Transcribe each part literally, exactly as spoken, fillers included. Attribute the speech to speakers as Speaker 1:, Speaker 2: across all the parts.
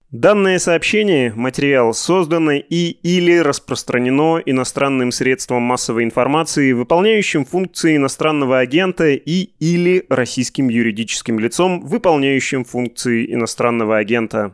Speaker 1: Данное сообщение, материал создано и или распространено иностранным средством массовой информации, выполняющим функции иностранного агента и или российским юридическим лицом, выполняющим функции иностранного агента.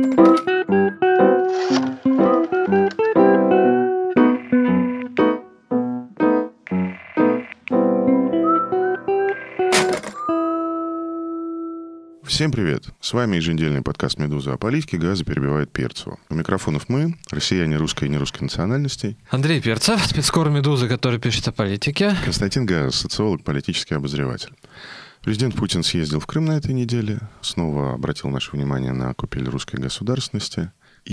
Speaker 2: Всем привет! С вами еженедельный подкаст «Медуза» о политике. Газа перебивает Перцева. У микрофонов мы, россияне русской и нерусской национальностей.
Speaker 3: Андрей Перцев, спецкор «Медузы», который пишет о политике.
Speaker 2: Константин Газа, социолог, политический обозреватель. Президент Путин съездил в Крым на этой неделе, снова обратил наше внимание на купель русской государственности.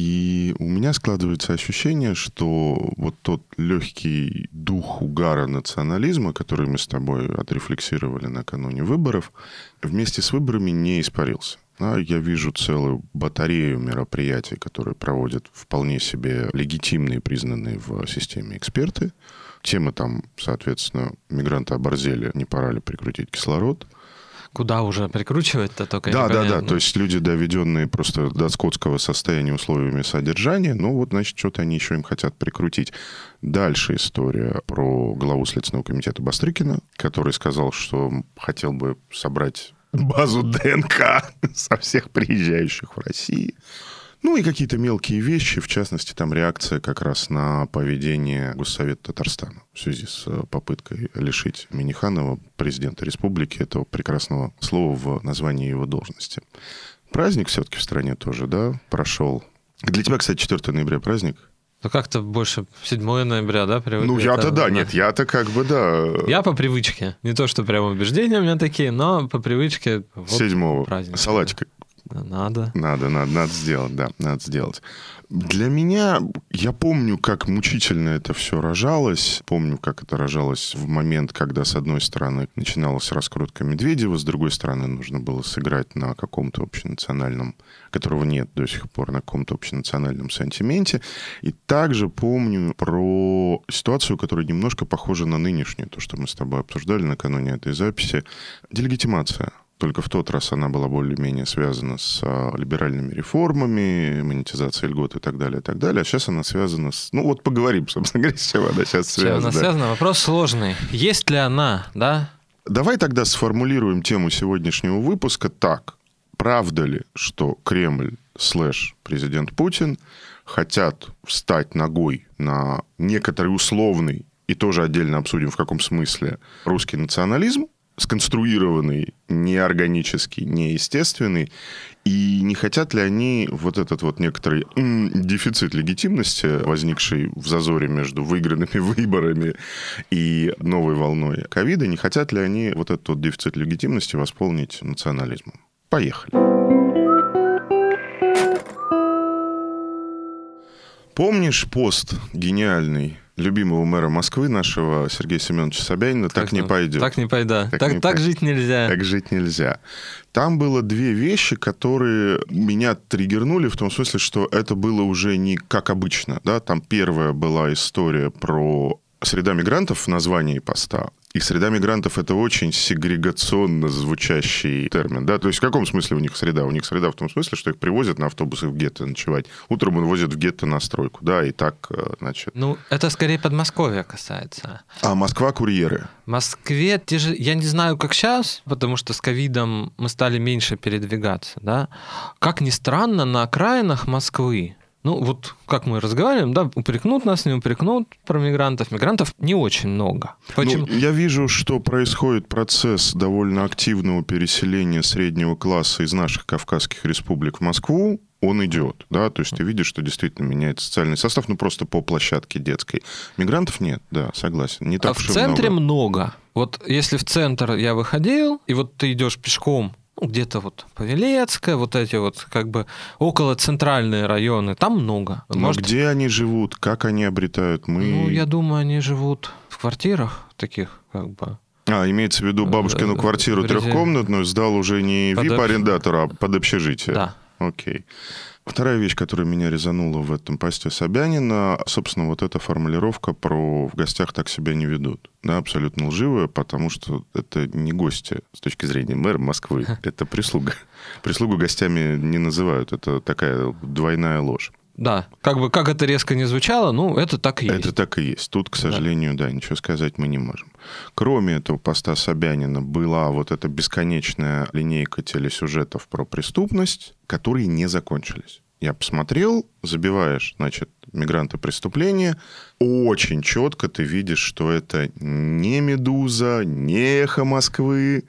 Speaker 2: И у меня складывается ощущение, что вот тот легкий дух угара национализма, который мы с тобой отрефлексировали накануне выборов, вместе с выборами не испарился. Я вижу целую батарею мероприятий, которые проводят вполне себе легитимные, признанные в системе эксперты. Темы там, соответственно, мигранты оборзели, не пора ли прикрутить кислород.
Speaker 3: Куда уже прикручивать-то только?
Speaker 2: Да, да, да. То есть люди, доведенные просто до скотского состояния условиями содержания, ну вот, значит, что-то они еще им хотят прикрутить. Дальше история про главу Следственного комитета Бастрыкина, который сказал, что хотел бы собрать базу ДНК со всех приезжающих в Россию. Ну и какие-то мелкие вещи, в частности, там реакция как раз на поведение Госсовета Татарстана в связи с попыткой лишить Минниханова, президента республики, этого прекрасного слова в названии его должности. Праздник все-таки в стране тоже, да, прошел. Для тебя, кстати, четвёртого ноября праздник?
Speaker 3: Ну, как-то больше седьмого ноября, да, привыкли?
Speaker 2: Ну, я-то
Speaker 3: это,
Speaker 2: да, нет, я-то как бы да.
Speaker 3: Я по привычке. Не то, что прямо убеждения у меня такие, но по привычке. Вот
Speaker 2: седьмого.
Speaker 3: Праздник.
Speaker 2: Салатик.
Speaker 3: Надо.
Speaker 2: Надо, надо, надо сделать, да, надо сделать. Для меня, я помню, как мучительно это все рожалось. Помню, как это рожалось в момент, когда, с одной стороны, начиналась раскрутка Медведева, с другой стороны, нужно было сыграть на каком-то общенациональном, которого нет до сих пор, на каком-то общенациональном сантименте. И также помню про ситуацию, которая немножко похожа на нынешнюю, то, что мы с тобой обсуждали накануне этой записи. Делегитимация. Только в тот раз она была более-менее связана с либеральными реформами, монетизацией льгот и так далее, и так далее. А сейчас она связана с... Ну вот поговорим, собственно говоря, с чем она сейчас
Speaker 3: с чем
Speaker 2: связана.
Speaker 3: Она связана? Вопрос сложный. Есть ли она, да?
Speaker 2: Давай тогда сформулируем тему сегодняшнего выпуска так. Правда ли, что Кремль слэш президент Путин хотят встать ногой на некоторый условный, и тоже отдельно обсудим, в каком смысле, русский национализм, сконструированный, неорганический, неестественный, и не хотят ли они вот этот вот некоторый м, дефицит легитимности, возникший в зазоре между выигранными выборами и новой волной ковида, не хотят ли они вот этот вот дефицит легитимности восполнить национализмом? Поехали. Помнишь пост гениальный любимого мэра Москвы, нашего Сергея Семеновича Собянина, «Так, так не пойдет».
Speaker 3: Так не пойда. Так, так,
Speaker 2: не
Speaker 3: так
Speaker 2: пой...
Speaker 3: жить нельзя.
Speaker 2: Так жить нельзя. Там было две вещи, которые меня триггернули в том смысле, что это было уже не как обычно. Да? Там первая была история про среда мигрантов в названии поста. И среда мигрантов — это очень сегрегационно звучащий термин. Да? То есть в каком смысле у них среда? У них среда в том смысле, что их привозят на автобусах в гетто ночевать. Утром он возят в гетто на стройку. Да, и так, значит...
Speaker 3: Ну, это скорее Подмосковья касается.
Speaker 2: А Москва — курьеры.
Speaker 3: В Москве те же... Я не знаю, как сейчас, потому что с ковидом мы стали меньше передвигаться. Да? Как ни странно, на окраинах Москвы, ну, вот как мы разговариваем, да, упрекнут нас, не упрекнут про мигрантов. Мигрантов не очень много. Почему?
Speaker 2: Ну, я вижу, что происходит процесс довольно активного переселения среднего класса из наших кавказских республик в Москву. Он идет, да, то есть ты видишь, что действительно меняется социальный состав, ну, просто по площадке детской. Мигрантов нет, да, согласен. Не так
Speaker 3: а в центре много. много. Вот если в центр я выходил, и вот ты идешь пешком, где-то вот Павелецкая, вот эти вот как бы около центральные районы, там много.
Speaker 2: Но
Speaker 3: Может...
Speaker 2: где они живут, как они обретают? Мы...
Speaker 3: Ну, я думаю, они живут в квартирах таких как бы.
Speaker 2: А, имеется в виду бабушкину квартиру трехкомнатную сдал уже не
Speaker 3: под
Speaker 2: ви ай пи-арендатору, а под общежитие.
Speaker 3: Да.
Speaker 2: Окей. Вторая вещь, которая меня резанула в этом посте Собянина, собственно, вот эта формулировка про «в гостях так себя не ведут». Да, абсолютно лживая, потому что это не гости с точки зрения мэра Москвы, это прислуга. Прислугу гостями не называют, это такая двойная ложь.
Speaker 3: Да, как бы как это резко не звучало, ну, это так и есть.
Speaker 2: Это так и есть. Тут, к сожалению, да, да ничего сказать мы не можем. Кроме этого поста Собянина была вот эта бесконечная линейка телесюжетов про преступность, которые не закончились. Я посмотрел, забиваешь, значит, мигранты преступления, очень четко ты видишь, что это не «Медуза», не «Эхо Москвы»,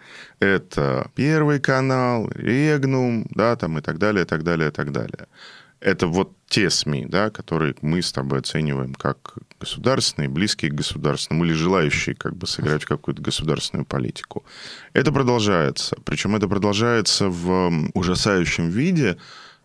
Speaker 2: это Первый канал, Регнум, да, там и так далее, и так далее, и так далее. Это вот те СМИ, да, которые мы с тобой оцениваем как государственные, близкие к государственному или желающие как бы сыграть в какую-то государственную политику. Это продолжается. Причем это продолжается в ужасающем виде,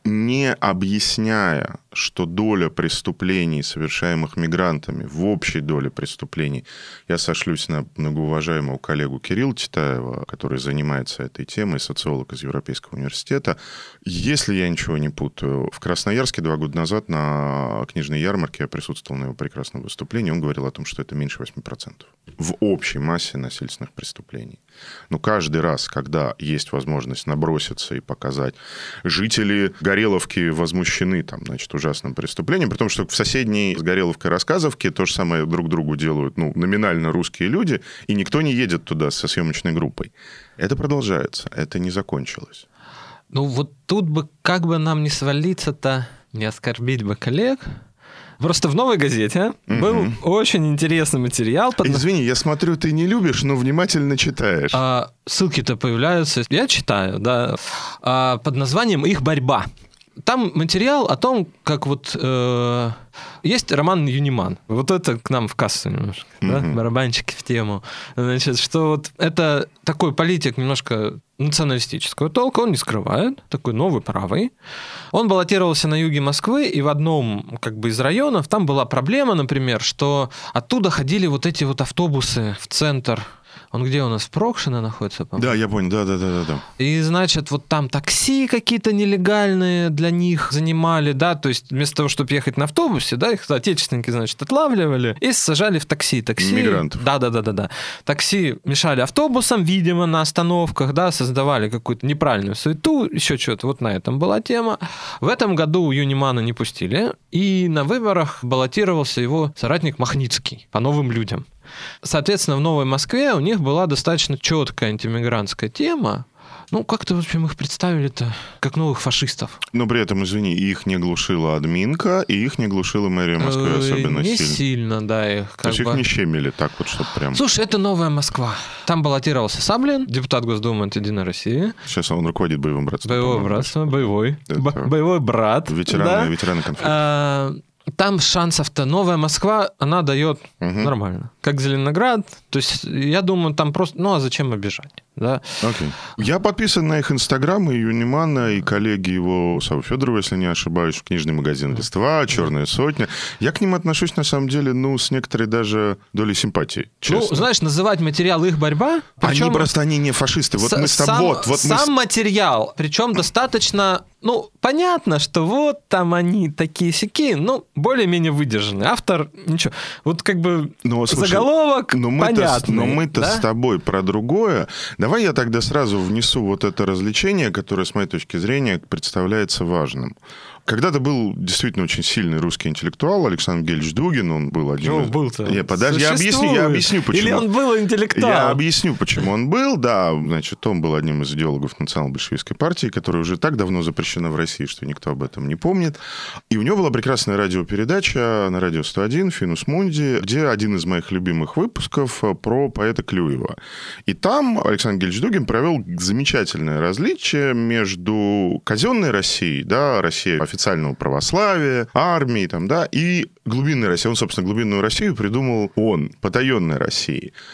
Speaker 2: не объясняя, что доля преступлений, совершаемых мигрантами, в общей доле преступлений, я сошлюсь на многоуважаемого коллегу Кирилла Титаева, который занимается этой темой, социолог из Европейского университета. Если я ничего не путаю, в Красноярске два года назад на книжной ярмарке я присутствовал на его прекрасном выступлении, он говорил о том, что это меньше восемь процентов в общей массе насильственных преступлений. Но каждый раз, когда есть возможность наброситься и показать, жители Гореловки возмущены там, значит, ужасным преступлением, при том, что в соседней с Гореловкой Рассказовке то же самое друг другу делают, ну, номинально русские люди, и никто не едет туда со съемочной группой. Это продолжается, это не закончилось.
Speaker 3: Ну, вот тут бы как бы нам не свалиться-то, не оскорбить бы коллег. Просто в «Новой газете» угу. был очень интересный материал. Под...
Speaker 2: Извини, я смотрю, ты не любишь, но внимательно читаешь.
Speaker 3: А, ссылки-то появляются. Я читаю, да. А, под названием «Их борьба». Там материал о том, как вот э, есть Роман Юниман. Вот это к нам в кассу немножко, mm-hmm. да? Барабанчики в тему. Значит, что вот это такой политик немножко националистического толка, он не скрывает, такой новый правый. Он баллотировался на юге Москвы, и в одном как бы из районов там была проблема, например, что оттуда ходили вот эти вот автобусы в центр. Он где у нас? В Прокшино находится, по-моему?
Speaker 2: Да, я понял, да-да-да.
Speaker 3: И, значит, вот там такси какие-то нелегальные для них занимали, да, то есть вместо того, чтобы ехать на автобусе, да, их соотечественники, значит, отлавливали и сажали в такси. такси...
Speaker 2: Мигрантов.
Speaker 3: Да-да-да-да. Такси мешали автобусам, видимо, на остановках, да, создавали какую-то неправильную суету, еще что-то. Вот на этом была тема. В этом году Юнимана не пустили, и на выборах баллотировался его соратник Махницкий по «Новым людям». Соответственно, в Новой Москве у них была достаточно четкая антимигрантская тема. Ну, как-то, в общем, их представили-то как новых фашистов.
Speaker 2: Но при этом, извини, их не глушила админка, и их не глушила мэрия Москвы особенно
Speaker 3: не
Speaker 2: сильно.
Speaker 3: Не сильно, да. Их как
Speaker 2: То есть
Speaker 3: бы...
Speaker 2: их не щемили так вот, чтобы прям...
Speaker 3: Слушай, это Новая Москва. Там баллотировался Саблин, депутат Госдумы от «Единой России».
Speaker 2: Сейчас он руководит боевым братством.
Speaker 3: Боевое братство, боевой. Это... Боевой брат.
Speaker 2: Ветераны,
Speaker 3: да?
Speaker 2: ветераны конфликта.
Speaker 3: А... Там шансов-то Новая Москва, она дает угу. нормально. Как Зеленоград. То есть, я думаю, там просто... Ну, а зачем обижать? Да?
Speaker 2: Окей. Я подписан на их Инстаграм, и Юнимана, и коллеги его, Савва Федорова, если не ошибаюсь, книжный магазин «Листва», «Черная сотня». Я к ним отношусь, на самом деле, ну, с некоторой даже долей симпатии, честно.
Speaker 3: Ну, знаешь, называть материал «Их борьба».
Speaker 2: Причем... Они просто, они не фашисты. Вот с- мы с тобой...
Speaker 3: Сам,
Speaker 2: вот, вот
Speaker 3: сам
Speaker 2: мы...
Speaker 3: материал, причем достаточно... Ну, понятно, что вот там они такие-сякие, ну, более-менее выдержаны. Автор, ничего. Вот как бы но, слушай, заголовок но мы-то, понятный.
Speaker 2: Но мы-то да? с тобой про другое. Давай я тогда сразу внесу вот это развлечение, которое, с моей точки зрения, представляется важным. Когда-то был действительно очень сильный русский интеллектуал Александр Гельевич Дугин, он был один
Speaker 3: ну,
Speaker 2: из...
Speaker 3: был-то.
Speaker 2: Не, подожди, я объясню, я объясню, почему.
Speaker 3: Или он был интеллектуал?
Speaker 2: Я объясню, почему он был, да, значит, он был одним из идеологов национал-большевистской партии, которая уже так давно запрещена в России, что никто об этом не помнит. И у него была прекрасная радиопередача на радио сто один «Финус Мунди», где один из моих любимых выпусков про поэта Клюева. И там Александр Гельевич Дугин провел замечательное различие между казенной Россией, да, Россией официального православия, армии, там, да, и глубинной России. Он, собственно, глубинную Россию придумал он, потаенной России.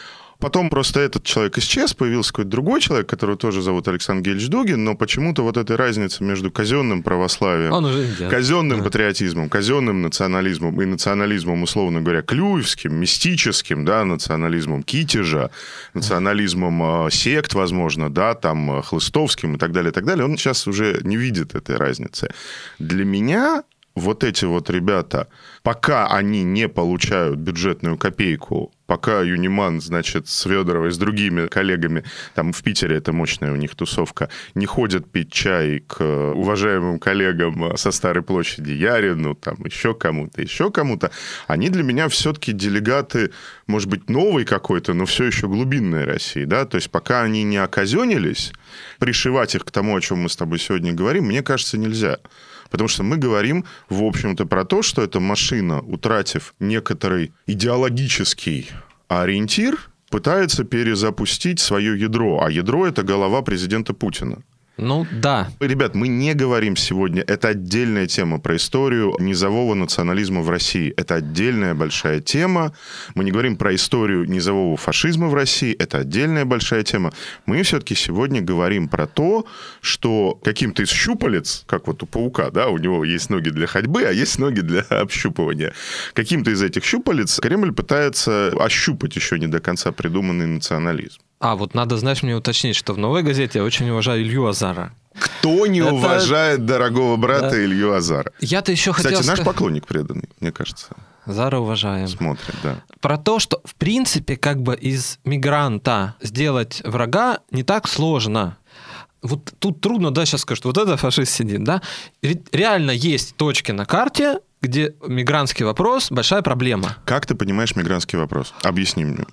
Speaker 2: Потом просто этот человек исчез, появился какой-то другой человек, которого тоже зовут Александр Гельевич Дугин, но почему-то вот этой разницы между казенным православием,
Speaker 3: Он уже
Speaker 2: казенным
Speaker 3: да.
Speaker 2: патриотизмом, казенным национализмом и национализмом, условно говоря, клюевским, мистическим, да, национализмом Китежа, национализмом э, сект, возможно, да, там, хлыстовским и так далее, и так далее, он сейчас уже не видит этой разницы. Для меня вот эти вот ребята, пока они не получают бюджетную копейку, пока Юниман, значит, с Федоровой, с другими коллегами, там в Питере это мощная у них тусовка, не ходят пить чай к уважаемым коллегам со Старой площади, Ярину, там еще кому-то, еще кому-то, они для меня все-таки делегаты, может быть, новой какой-то, но все еще глубинной России, да, то есть пока они не оказенились, пришивать их к тому, о чем мы с тобой сегодня говорим, мне кажется, нельзя. Потому что мы говорим, в общем-то, про то, что эта машина, утратив некоторый идеологический ориентир, пытается перезапустить свое ядро. А ядро – это голова президента Путина.
Speaker 3: Ну, да.
Speaker 2: Ребят, мы не говорим сегодня, это отдельная тема про историю низового национализма в России. Это отдельная большая тема. Мы не говорим про историю низового фашизма в России. Это отдельная большая тема. Мы все-таки сегодня говорим про то, что каким-то из щупалец, как вот у паука, да, у него есть ноги для ходьбы, а есть ноги для общупывания. Каким-то из этих щупалец Кремль пытается ощупать еще не до конца придуманный национализм.
Speaker 3: А, вот надо, знаешь, мне уточнить, что в «Новой газете» я очень уважаю Илью Азара.
Speaker 2: Кто не Это... уважает дорогого брата да. Илью Азара?
Speaker 3: Я-то еще
Speaker 2: Кстати,
Speaker 3: хотел...
Speaker 2: наш
Speaker 3: сказать...
Speaker 2: поклонник преданный, мне кажется.
Speaker 3: Азара уважаем.
Speaker 2: Смотрит, да.
Speaker 3: Про то, что, в принципе, как бы из мигранта сделать врага не так сложно. Вот тут трудно, да, сейчас скажут, вот это фашист сидит, да? Ведь реально есть точки на карте, где мигрантский вопрос – большая проблема.
Speaker 2: Как ты понимаешь мигрантский вопрос? Объясни мне.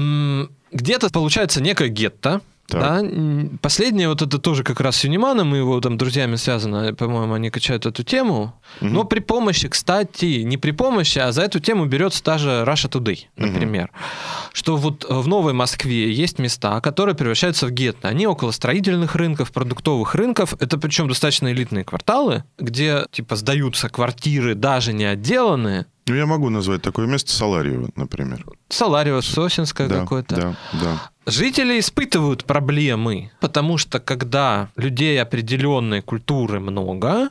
Speaker 3: Где-то получается некое гетто. Да? Последнее, вот это тоже как раз с Юниманом, мы его там друзьями связаны, по-моему, они качают эту тему. Угу. Но при помощи, кстати, не при помощи, а за эту тему берется та же Russia Today, например. Угу. Что вот в Новой Москве есть места, которые превращаются в гетто. Они около строительных рынков, продуктовых рынков. Это причем достаточно элитные кварталы, где типа сдаются квартиры даже не отделанные.
Speaker 2: Ну, я могу назвать такое место Саларьево, например.
Speaker 3: Саларьево, Сосинское
Speaker 2: да,
Speaker 3: какое-то.
Speaker 2: Да, да.
Speaker 3: Жители испытывают проблемы, потому что когда людей определенной культуры много...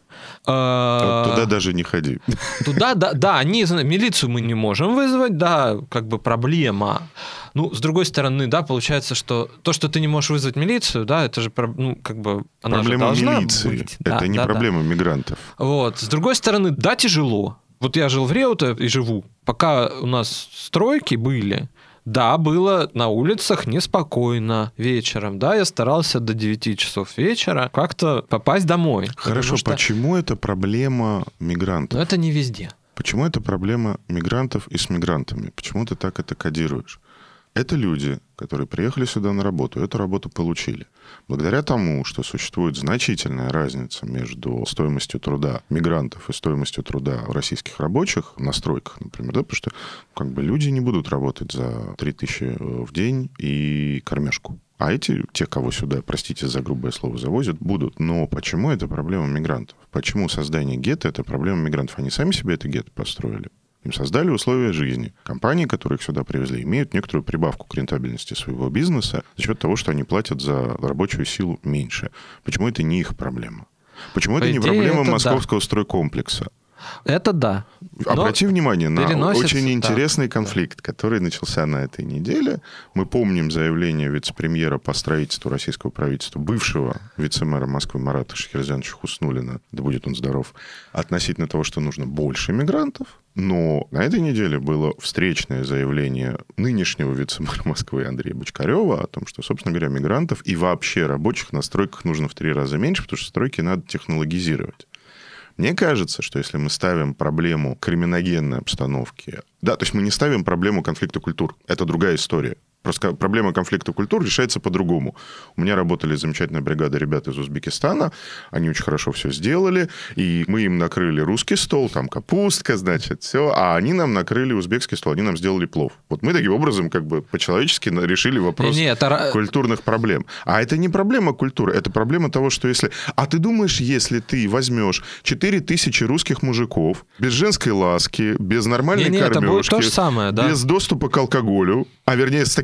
Speaker 2: Э, туда даже не ходи.
Speaker 3: Туда, да, да, они, милицию мы не можем вызвать, да, как бы проблема. Ну, с другой стороны, да, получается, что то, что ты не можешь вызвать милицию, да, это же, ну, как бы, она
Speaker 2: проблема
Speaker 3: же должна
Speaker 2: милиции.
Speaker 3: быть.
Speaker 2: Это
Speaker 3: да,
Speaker 2: не
Speaker 3: да,
Speaker 2: проблема
Speaker 3: да.
Speaker 2: мигрантов.
Speaker 3: Вот. С другой стороны, да, тяжело. Вот я жил в Реуте и живу. Пока у нас стройки были, да, было на улицах неспокойно вечером. Да, я старался до девяти часов вечера как-то попасть домой.
Speaker 2: Хорошо, что... почему это проблема мигрантов?
Speaker 3: Но это не везде.
Speaker 2: Почему это проблема мигрантов и с мигрантами? Почему ты так это кодируешь? Это люди, которые приехали сюда на работу, эту работу получили. Благодаря тому, что существует значительная разница между стоимостью труда мигрантов и стоимостью труда российских рабочих на стройках, например, да, потому что как бы, люди не будут работать за три тысячи в день и кормежку. А эти, те, кого сюда, простите за грубое слово, завозят, будут. Но почему это проблема мигрантов? Почему создание гетто – это проблема мигрантов? Они сами себе это гетто построили. Им создали условия жизни. Компании, которые их сюда привезли, имеют некоторую прибавку к рентабельности своего бизнеса за счет того, что они платят за рабочую силу меньше. Почему это не их проблема? Почему По это не проблема это московского да. стройкомплекса?
Speaker 3: Это да.
Speaker 2: Обрати
Speaker 3: Но
Speaker 2: внимание на очень
Speaker 3: да.
Speaker 2: интересный конфликт, который начался на этой неделе. Мы помним заявление вице-премьера по строительству российского правительства, бывшего вице-мэра Москвы Марата Шахерзяновича Хуснуллина, да будет он здоров, относительно того, что нужно больше мигрантов. Но на этой неделе было встречное заявление нынешнего вице-мэра Москвы Андрея Бочкарева о том, что, собственно говоря, мигрантов и вообще рабочих на стройках нужно в три раза меньше, потому что стройки надо технологизировать. Мне кажется, что если мы ставим проблему криминогенной обстановки... Да, то есть мы не ставим проблему конфликта культур. Это другая история. Просто проблема конфликта культур решается по-другому. У меня работали замечательная бригада ребят из Узбекистана. Они очень хорошо все сделали. И мы им накрыли русский стол, там капустка, значит, все. А они нам накрыли узбекский стол, они нам сделали плов. Вот мы таким образом как бы по-человечески решили вопрос не, не, это... культурных проблем. А это не проблема культуры, это проблема того, что если... А ты думаешь, если ты возьмешь четыре тысячи русских мужиков без женской ласки, без нормальной не, не, кормежки,
Speaker 3: это будет то же самое, да?
Speaker 2: без доступа к алкоголю, а вернее с таким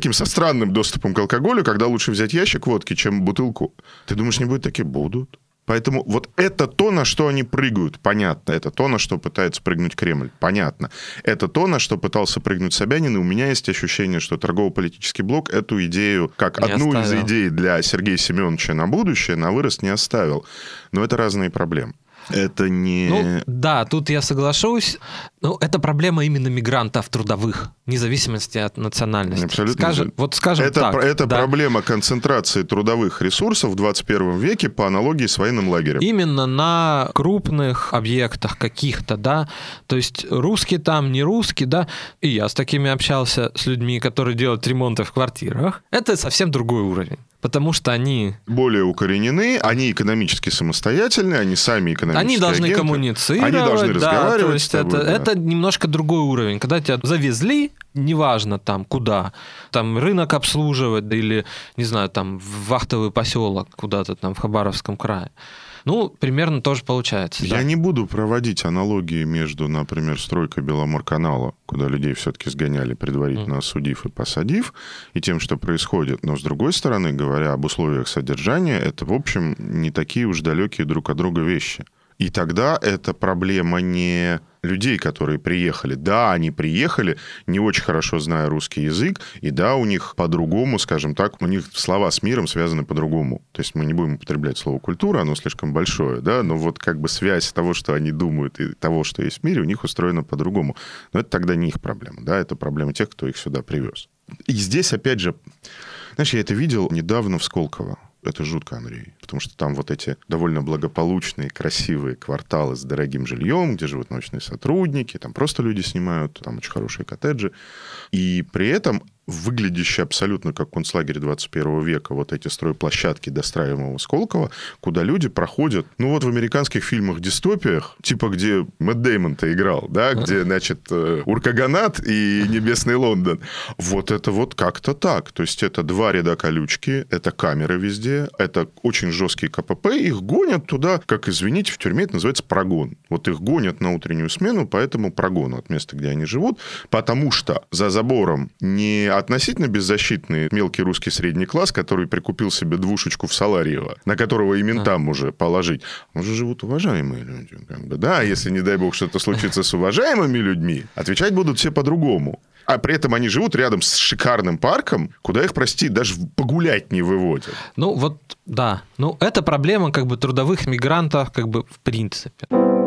Speaker 2: таким со странным доступом к алкоголю, когда лучше взять ящик водки, чем бутылку. Ты думаешь, не будет? Такие будут. Поэтому вот это то, на что они прыгают, понятно. Это то, на что пытается прыгнуть Кремль, понятно. Это то, на что пытался прыгнуть Собянин, и у меня есть ощущение, что торгово-политический блок эту идею, как не одну оставил. Из идей для Сергея Семеновича на будущее, на вырост не оставил. Но это разные проблемы. Это не...
Speaker 3: Ну, да, тут я соглашусь. Ну, это проблема именно мигрантов трудовых, вне зависимости от национальности.
Speaker 2: Абсолютно.
Speaker 3: Скажем, вот скажем
Speaker 2: это,
Speaker 3: так.
Speaker 2: Это
Speaker 3: да.
Speaker 2: проблема концентрации трудовых ресурсов в двадцать первом веке по аналогии с военным лагерем.
Speaker 3: Именно на крупных объектах каких-то, да. То есть русский там, не русский, да. И я с такими общался, с людьми, которые делают ремонты в квартирах. Это совсем другой уровень. Потому что они...
Speaker 2: более укоренены, они экономически самостоятельны, они сами экономические
Speaker 3: Они должны
Speaker 2: агенты,
Speaker 3: коммуницировать.
Speaker 2: Они должны разговаривать.
Speaker 3: Да, то есть
Speaker 2: тобой,
Speaker 3: это,
Speaker 2: да.
Speaker 3: это немножко другой уровень. Когда тебя завезли, неважно там куда, там рынок обслуживать или, не знаю, там в вахтовый поселок куда-то там в Хабаровском крае. Ну, примерно тоже получается.
Speaker 2: Я
Speaker 3: да.
Speaker 2: не буду проводить аналогии между, например, стройкой Беломорканала, куда людей все-таки сгоняли, предварительно mm. осудив и посадив, и тем, что происходит. Но, с другой стороны, говоря об условиях содержания, это, в общем, не такие уж далекие друг от друга вещи. И тогда это проблема не людей, которые приехали. Да, они приехали, не очень хорошо зная русский язык, и да, у них по-другому, скажем так, у них слова с миром связаны по-другому. То есть мы не будем употреблять слово «культура», оно слишком большое, да, но вот как бы связь того, что они думают, и того, что есть в мире, у них устроена по-другому. Но это тогда не их проблема, да, это проблема тех, кто их сюда привез. И здесь, опять же, знаешь, я это видел недавно в Сколково. Это жутко, Андрей, потому что там вот эти довольно благополучные, красивые кварталы с дорогим жильем, где живут научные сотрудники, там просто люди снимают, там очень хорошие коттеджи. И при этом выглядящие абсолютно как концлагерь двадцать первого века вот эти стройплощадки достраиваемого Сколково, куда люди проходят, ну вот в американских фильмах-дистопиях, типа где Мэтт Дэймон-то играл, да, где, значит, Уркаганат и Небесный Лондон. Вот это вот как-то так. То есть это два ряда колючки, это камеры везде, это очень жесткие ка пэ пэ, их гонят туда, как, извините, в тюрьме это называется прогон. Вот их гонят на утреннюю смену по этому прогону от места, где они живут, потому что за забором не относительно беззащитный мелкий русский средний класс, который прикупил себе двушечку в Саларьево, на которого и ментам а. уже положить. Уже живут уважаемые люди. Как бы, да, если, не дай бог, что-то случится с уважаемыми людьми, отвечать будут все по-другому. А при этом они живут рядом с шикарным парком, куда их, прости, даже погулять не выводят.
Speaker 3: Ну, вот, да. Ну, это проблема как бы трудовых мигрантов как бы в принципе.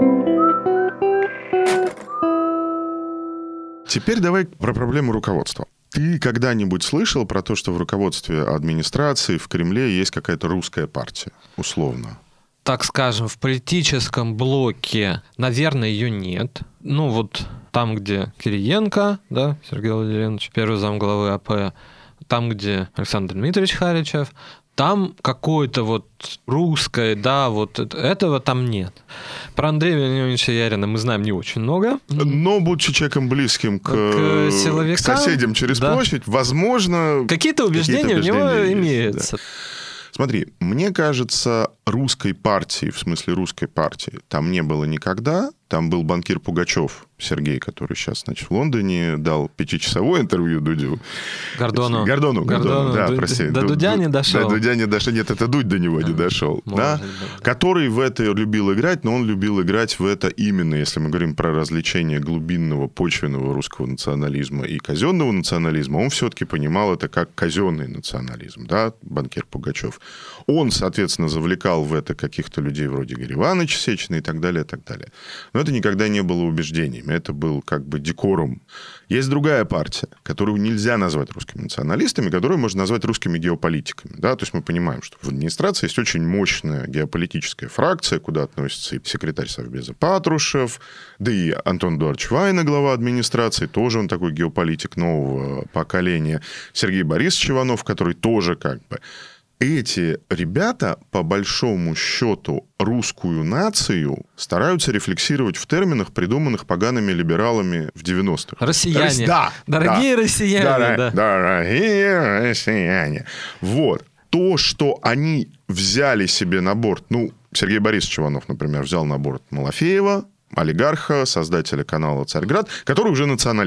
Speaker 2: Теперь давай про проблему руководства. Ты когда-нибудь слышал про то, что в руководстве администрации в Кремле есть какая-то русская партия, условно?
Speaker 3: Так скажем, в политическом блоке, наверное, ее нет. Ну, вот там, где Кириенко, да, Сергей Владимирович, первый замглавы а пэ, там, где Александр Дмитриевич Харичев, там какое-то вот русское, да, вот этого там нет. Про Андрея Владимировича Ярина мы знаем не очень много.
Speaker 2: Но, будучи человеком близким к, к, к соседям через да. площадь, возможно...
Speaker 3: Какие-то убеждения, какие-то убеждения у него есть, имеются. Да.
Speaker 2: Смотри, мне кажется, русской партии, в смысле русской партии, там не было никогда. Там был банкир Пугачев Сергей, который сейчас, значит, в Лондоне дал пятичасовое интервью Дудю.
Speaker 3: Гордону.
Speaker 2: Гордону, Гордону, да,
Speaker 3: Ду-
Speaker 2: прости.
Speaker 3: До Дудя не дошел.
Speaker 2: До Дудя не дошел. Нет, это Дудь до него не дошел. Да? Который в это любил играть, но он любил играть в это именно, если мы говорим про развлечение глубинного, почвенного русского национализма и казенного национализма, он все-таки понимал это как казенный национализм, да, банкир Пугачев. Он, соответственно, завлекал в это каких-то людей вроде Игоря Ивановича Сечина и так далее, и так далее. Но это никогда не было убеждениями, это был как бы декорум. Есть другая партия, которую нельзя назвать русскими националистами, которую можно назвать русскими геополитиками. Да? То есть мы понимаем, что в администрации есть очень мощная геополитическая фракция, куда относится и секретарь Совбеза Патрушев, да и Антон Эдуардович Вайна, глава администрации, тоже он такой геополитик нового поколения, Сергей Борисович Иванов, который тоже как бы... Эти ребята, по большому счету, русскую нацию стараются рефлексировать в терминах, придуманных погаными либералами в девяностых.
Speaker 3: Россияне.
Speaker 2: Есть, да,
Speaker 3: дорогие да, россияне.
Speaker 2: Да,
Speaker 3: да.
Speaker 2: Дорогие россияне. Вот. То, что они взяли себе на борт, ну, Сергей Борисович Иванов, например, взял на борт Малафеева, олигарха, создателя канала «Царьград», который уже националист.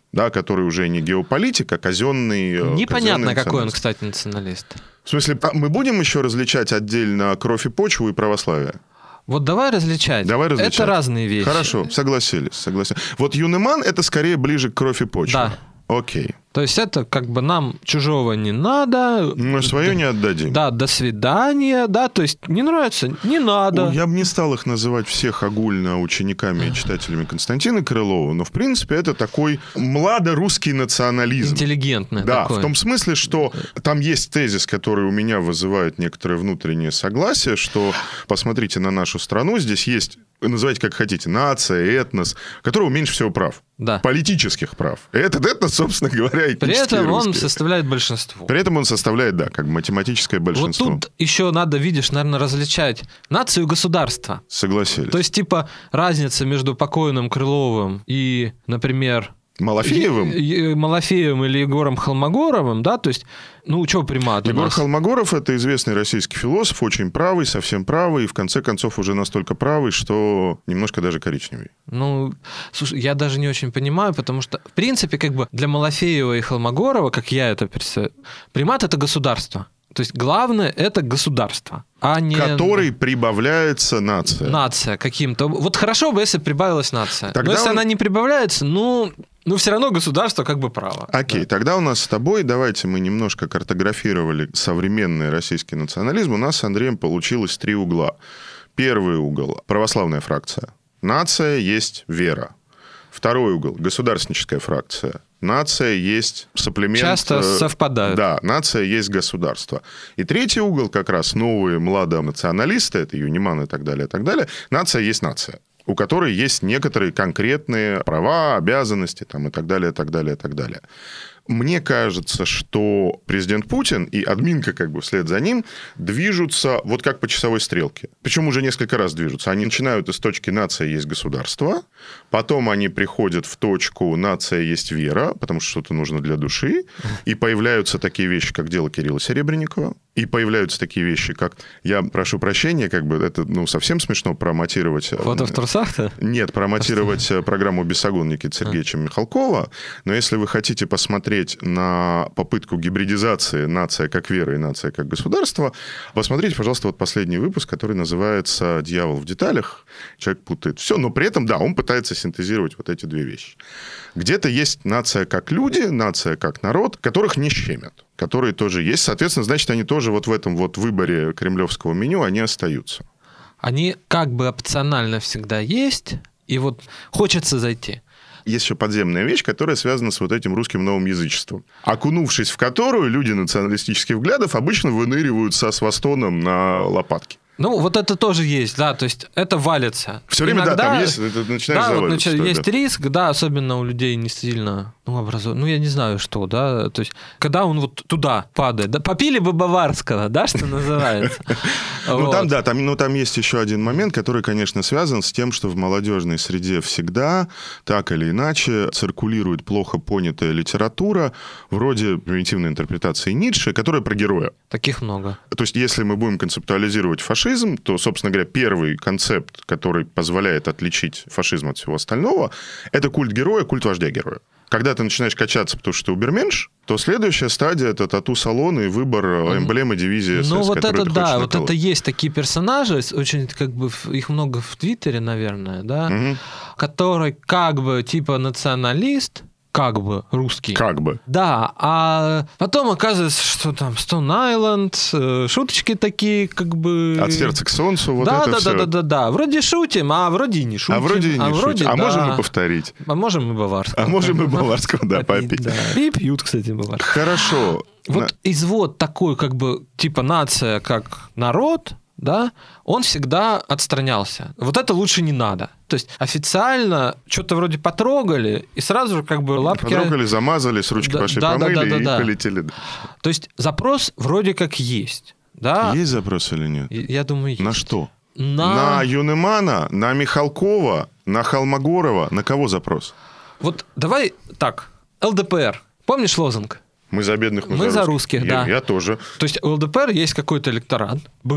Speaker 2: да, который уже не геополитик, а казенный...
Speaker 3: Непонятно, какой он, кстати, националист.
Speaker 2: В смысле, мы будем еще различать отдельно кровь и почву и православие?
Speaker 3: Вот давай различать.
Speaker 2: Давай различать.
Speaker 3: Это разные вещи.
Speaker 2: Хорошо, согласились, согласились. Вот Юнеман — это скорее ближе к кровь и почве.
Speaker 3: Да.
Speaker 2: Окей.
Speaker 3: То есть это как бы нам чужого не надо.
Speaker 2: Мы свое не отдадим.
Speaker 3: Да, до свидания, да, то есть не нравится, не надо.
Speaker 2: Ой, я бы не стал их называть всех огульно учениками и читателями Константина Крылова, но в принципе это такой младорусский национализм.
Speaker 3: Интеллигентный
Speaker 2: Да,
Speaker 3: такой.
Speaker 2: в том смысле, что там есть тезис, который у меня вызывает некоторое внутреннее согласие, что посмотрите на нашу страну, здесь есть, называйте как хотите, нация, этнос, которого меньше всего прав.
Speaker 3: Да.
Speaker 2: Политических прав. И этот этнос, собственно говоря, этнический
Speaker 3: При этом
Speaker 2: русский.
Speaker 3: он составляет большинство.
Speaker 2: При этом он составляет, да, как бы математическое большинство.
Speaker 3: Вот тут еще надо, видишь, наверное, различать нацию и государство.
Speaker 2: Согласились.
Speaker 3: То есть, типа, разница между покойным Крыловым и, например...
Speaker 2: Малафеевым?
Speaker 3: Е- Малафеевым или Егором Холмогоровым, да, то есть, ну, что примат у
Speaker 2: Егор
Speaker 3: нас?
Speaker 2: Холмогоров — это известный российский философ, очень правый, совсем правый, и в конце концов уже настолько правый, что немножко даже коричневый.
Speaker 3: Ну, слушай, я даже не очень понимаю, потому что, в принципе, как бы для Малафеева и Холмогорова, как я это представляю, примат — это государство. То есть главное — это государство, а не...
Speaker 2: Который прибавляется нация.
Speaker 3: Нация каким-то. Вот хорошо бы, если прибавилась нация.
Speaker 2: Тогда
Speaker 3: Но если
Speaker 2: он...
Speaker 3: она не прибавляется, ну... Ну, все равно государство как бы право.
Speaker 2: Окей,
Speaker 3: да.
Speaker 2: Тогда у нас с тобой, давайте мы немножко картографировали современный российский национализм. У нас с Андреем получилось три угла. Первый угол – православная фракция. Нация есть вера. Второй угол – государственническая фракция. Нация есть сапплемент...
Speaker 3: Часто совпадают.
Speaker 2: Да, нация есть государство. И третий угол как раз новые младонационалисты, это Юниман и так далее, и так далее. Нация есть нация, у которой есть некоторые конкретные права, обязанности там, и так далее, и так далее, и так далее. Мне кажется, что президент Путин и админка как бы вслед за ним движутся вот как по часовой стрелке. Причем уже несколько раз движутся. Они начинают из точки «нация есть государство», потом они приходят в точку «нация есть вера», потому что что-то нужно для души, и появляются такие вещи, как дело Кирилла Серебренникова, и появляются такие вещи, как, я прошу прощения, как бы это ну, совсем смешно промотировать...
Speaker 3: Фото в трусах-то?
Speaker 2: Нет, промотировать программу «Бесогон» Никиты Сергеевича Михалкова, но если вы хотите посмотреть на попытку гибридизации «Нация как вера» и «Нация как государство», посмотрите, пожалуйста, вот последний выпуск, который называется «Дьявол в деталях». Человек путает все, но при этом, да, он пытается синтезировать вот эти две вещи. Где-то есть нация как люди, нация как народ, которых не щемят, которые тоже есть. Соответственно, значит, они тоже вот в этом вот выборе кремлевского меню, они остаются.
Speaker 3: Они как бы опционально всегда есть, и вот хочется зайти.
Speaker 2: Есть еще подземная вещь, которая связана с вот этим русским новым язычеством, окунувшись в которую люди националистических взглядов обычно выныривают со свастоном на лопатке.
Speaker 3: Ну, вот это тоже есть, да, то есть это валится.
Speaker 2: Все время,
Speaker 3: Иногда,
Speaker 2: да, там есть, это начинаешь
Speaker 3: да, вот,
Speaker 2: заваливаться.
Speaker 3: значит, есть
Speaker 2: да.
Speaker 3: риск, да, особенно у людей не сильно, ну, образованных, ну, я не знаю, что, да, то есть, когда он вот туда падает, да, попили бы баварского, да, что называется.
Speaker 2: Ну, там, да, там, ну, там есть еще один момент, который, конечно, связан с тем, что в молодежной среде всегда, так или иначе, циркулирует плохо понятая литература, вроде примитивной интерпретации Ницше, которая про героя.
Speaker 3: Таких много.
Speaker 2: То есть, если мы будем концептуализировать фашизм, то, собственно говоря, первый концепт, который позволяет отличить фашизм от всего остального, это культ героя, культ вождя героя. Когда ты начинаешь качаться, потому что ты уберменш, то следующая стадия – это тату-салон и выбор эмблемы дивизии СС,
Speaker 3: ну, вот
Speaker 2: которую
Speaker 3: это
Speaker 2: ты
Speaker 3: да,
Speaker 2: хочешь
Speaker 3: вот
Speaker 2: наколоть.
Speaker 3: это есть такие персонажи, очень как бы их много в Твиттере, наверное, да,
Speaker 2: Угу.
Speaker 3: который как бы типа националист, как бы русский.
Speaker 2: Как бы.
Speaker 3: Да, а потом оказывается, что там Stone Island, шуточки такие, как бы...
Speaker 2: От сердца к солнцу, вот
Speaker 3: да,
Speaker 2: это
Speaker 3: да,
Speaker 2: все.
Speaker 3: да, да, да, да. Вроде шутим, а вроде и не шутим.
Speaker 2: А вроде и не
Speaker 3: а
Speaker 2: шутим.
Speaker 3: вроде,
Speaker 2: А
Speaker 3: да.
Speaker 2: можем и повторить.
Speaker 3: А можем и баварского.
Speaker 2: А можем и баварского, да, попить.
Speaker 3: Да. И пьют, кстати, баварского.
Speaker 2: Хорошо.
Speaker 3: Вот извод такой, как бы, типа нация как народ, да, он всегда отстранялся. Вот это лучше не надо. То есть официально что-то вроде потрогали, и сразу же как бы лапки...
Speaker 2: Потрогали, замазали, с ручки
Speaker 3: Да,
Speaker 2: пошли,
Speaker 3: да, да,
Speaker 2: помыли
Speaker 3: да, да,
Speaker 2: и
Speaker 3: да.
Speaker 2: полетели.
Speaker 3: То есть запрос вроде как есть. Да?
Speaker 2: Есть запрос или нет?
Speaker 3: Я думаю, есть.
Speaker 2: На что?
Speaker 3: На...
Speaker 2: На Юнемана, на Михалкова, на Холмогорова. На кого запрос?
Speaker 3: Вот давай так. эл дэ пэ эр. Помнишь лозунг?
Speaker 2: Мы за бедных, мы,
Speaker 3: Мы
Speaker 2: за
Speaker 3: за
Speaker 2: русских.
Speaker 3: русских,
Speaker 2: я,
Speaker 3: да.
Speaker 2: Я тоже.
Speaker 3: То есть у эл дэ пэ эр есть какой-то электорат. Был.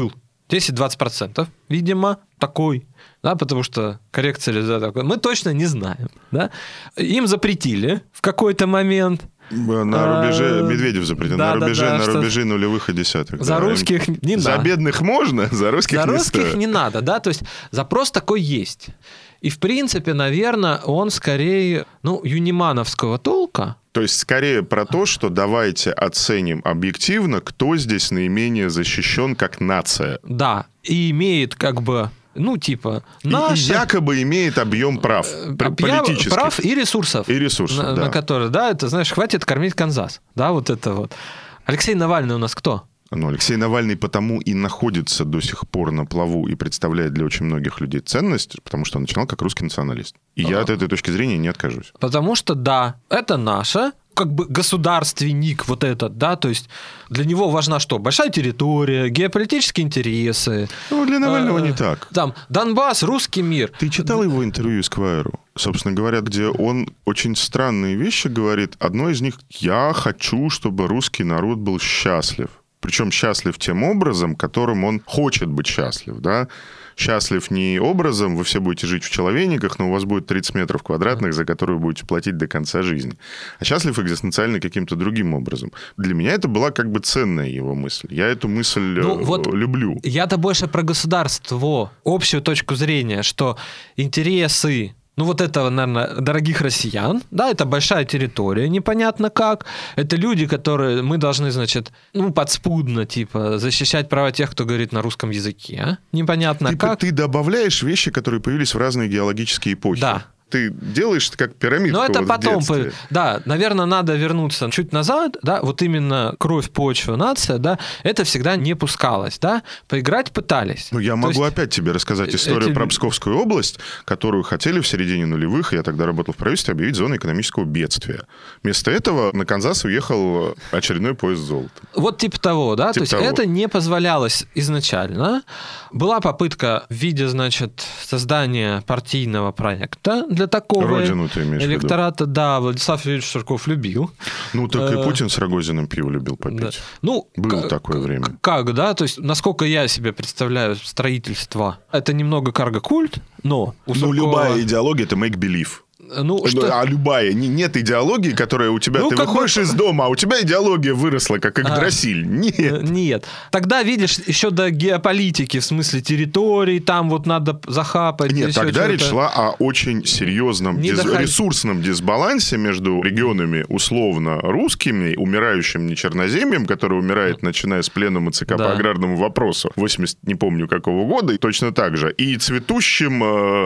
Speaker 3: десять-двадцать процентов, видимо, такой, да, потому что коррекция ли такой, мы точно не знаем, да. Им запретили в какой-то момент.
Speaker 2: На рубеже, Медведев запретил,
Speaker 3: да,
Speaker 2: на рубеже,
Speaker 3: да, да,
Speaker 2: на
Speaker 3: что...
Speaker 2: рубеже нулевых и десятых.
Speaker 3: За
Speaker 2: да.
Speaker 3: русских не надо.
Speaker 2: За бедных можно, за русских
Speaker 3: за
Speaker 2: не
Speaker 3: русских
Speaker 2: стоит.
Speaker 3: не надо, да, то есть запрос такой есть. И, в принципе, наверное, он скорее, ну, юнимановского толка.
Speaker 2: То есть скорее про то, что давайте оценим объективно, кто здесь наименее защищен как нация.
Speaker 3: Да, и имеет как бы... Ну, типа, наша...
Speaker 2: И, и якобы имеет объем прав, политических.
Speaker 3: Прав и ресурсов.
Speaker 2: И ресурсов,
Speaker 3: на,
Speaker 2: да.
Speaker 3: на которые, да, это, знаешь, хватит кормить Канзас. Да, вот это вот. Алексей Навальный у нас кто?
Speaker 2: Ну, Алексей Навальный потому и находится до сих пор на плаву и представляет для очень многих людей ценность, потому что он начинал как русский националист. И а. я от этой точки зрения не откажусь.
Speaker 3: Потому что, да, это наше... как бы государственник вот этот, да, то есть для него важна что? Большая территория, геополитические интересы.
Speaker 2: Ну, для Навального не так.
Speaker 3: Там, Донбасс, русский мир.
Speaker 2: Ты читал его интервью Эсквайру? Собственно говоря, где он очень странные вещи говорит. Одно из них: я хочу, чтобы русский народ был счастлив. Причем счастлив тем образом, которым он хочет быть счастлив, да. Счастлив не образом, вы все будете жить в человейниках, но у вас будет тридцать метров квадратных, за которые вы будете платить до конца жизни. А счастлив экзистенциально каким-то другим образом. Для меня это была как бы ценная его мысль. Я эту мысль ну, вот люблю.
Speaker 3: Я-то больше про государство, общую точку зрения, что интересы... Ну, вот этого, наверное, дорогих россиян, да, это большая территория, непонятно как. Это люди, которые мы должны, значит, ну, подспудно, типа, защищать права тех, кто говорит на русском языке. Непонятно
Speaker 2: ты,
Speaker 3: как.
Speaker 2: Ты добавляешь вещи, которые появились в разные геологические эпохи.
Speaker 3: Да.
Speaker 2: Ты делаешь это как пирамидку.
Speaker 3: Но это
Speaker 2: вот
Speaker 3: потом,
Speaker 2: в детстве.
Speaker 3: Да, наверное, надо вернуться чуть назад, да, вот именно кровь, почва, нация, да, это всегда не пускалось, да, поиграть пытались.
Speaker 2: Ну, я
Speaker 3: То
Speaker 2: могу
Speaker 3: есть...
Speaker 2: опять тебе рассказать историю эти... про Псковскую область, которую хотели в середине нулевых, я тогда работал в правительстве, объявить зоной экономического бедствия. Вместо этого на Канзас уехал очередной поезд золота.
Speaker 3: Вот типа того, да,
Speaker 2: типа
Speaker 3: то есть
Speaker 2: того.
Speaker 3: Это не позволялось изначально. Была попытка в виде, значит, создания партийного проекта для такого...
Speaker 2: Родину ты имеешь
Speaker 3: электората,
Speaker 2: в виду?
Speaker 3: Да, Владислав Юрьевич Ширков любил.
Speaker 2: Ну, так и Путин с Рогозиным пиво любил попить. Да.
Speaker 3: Ну,
Speaker 2: было такое время.
Speaker 3: Как, да? То есть, насколько я себе представляю строительство, это немного карго-культ, но...
Speaker 2: Ну, Суркова... любая идеология — это make-believe.
Speaker 3: Ну, что...
Speaker 2: А любая. Нет идеологии, которая у тебя... Ну, ты выходишь бы... из дома, а у тебя идеология выросла, как Игдрасиль. А, нет.
Speaker 3: Нет. Тогда, видишь, еще до геополитики, в смысле территорий, там вот надо захапать.
Speaker 2: Нет, тогда речь шла о очень серьезном диз... доход... ресурсном дисбалансе между регионами условно русскими, умирающим нечерноземьем, который умирает, начиная с пленума ЦК да. по аграрному вопросу, восемьдесят не помню какого года, и точно так же, и цветущим... Э...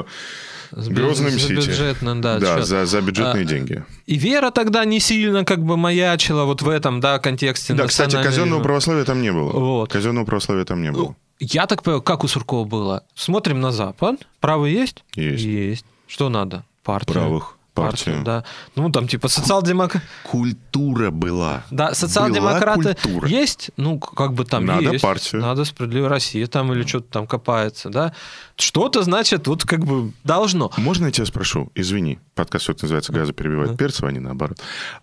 Speaker 3: С
Speaker 2: Грозным
Speaker 3: за
Speaker 2: Сити.
Speaker 3: Бюджетно, да,
Speaker 2: да за, за бюджетные а, деньги.
Speaker 3: И вера тогда не сильно как бы маячила вот в этом, да, контексте.
Speaker 2: Да, кстати, казенного православия там не было.
Speaker 3: Вот.
Speaker 2: Казенного православия там не было.
Speaker 3: Я так понял, как у Суркова было. Смотрим на Запад. Правый есть?
Speaker 2: Есть.
Speaker 3: Есть. Что надо? Партию.
Speaker 2: Правых. Партию.
Speaker 3: Партию, да. Ну, там, типа, социал-демократы...
Speaker 2: Культура была.
Speaker 3: Да, социал-демократы
Speaker 2: была
Speaker 3: есть, ну, как бы там
Speaker 2: надо
Speaker 3: есть.
Speaker 2: Партию.
Speaker 3: Надо справедливая Россия там или что-то там копается, да. Что-то, значит, вот как бы должно.
Speaker 2: Можно я тебя спрошу? Извини, подкаст все это называется «Газа перебивает а? перцева», а не наоборот.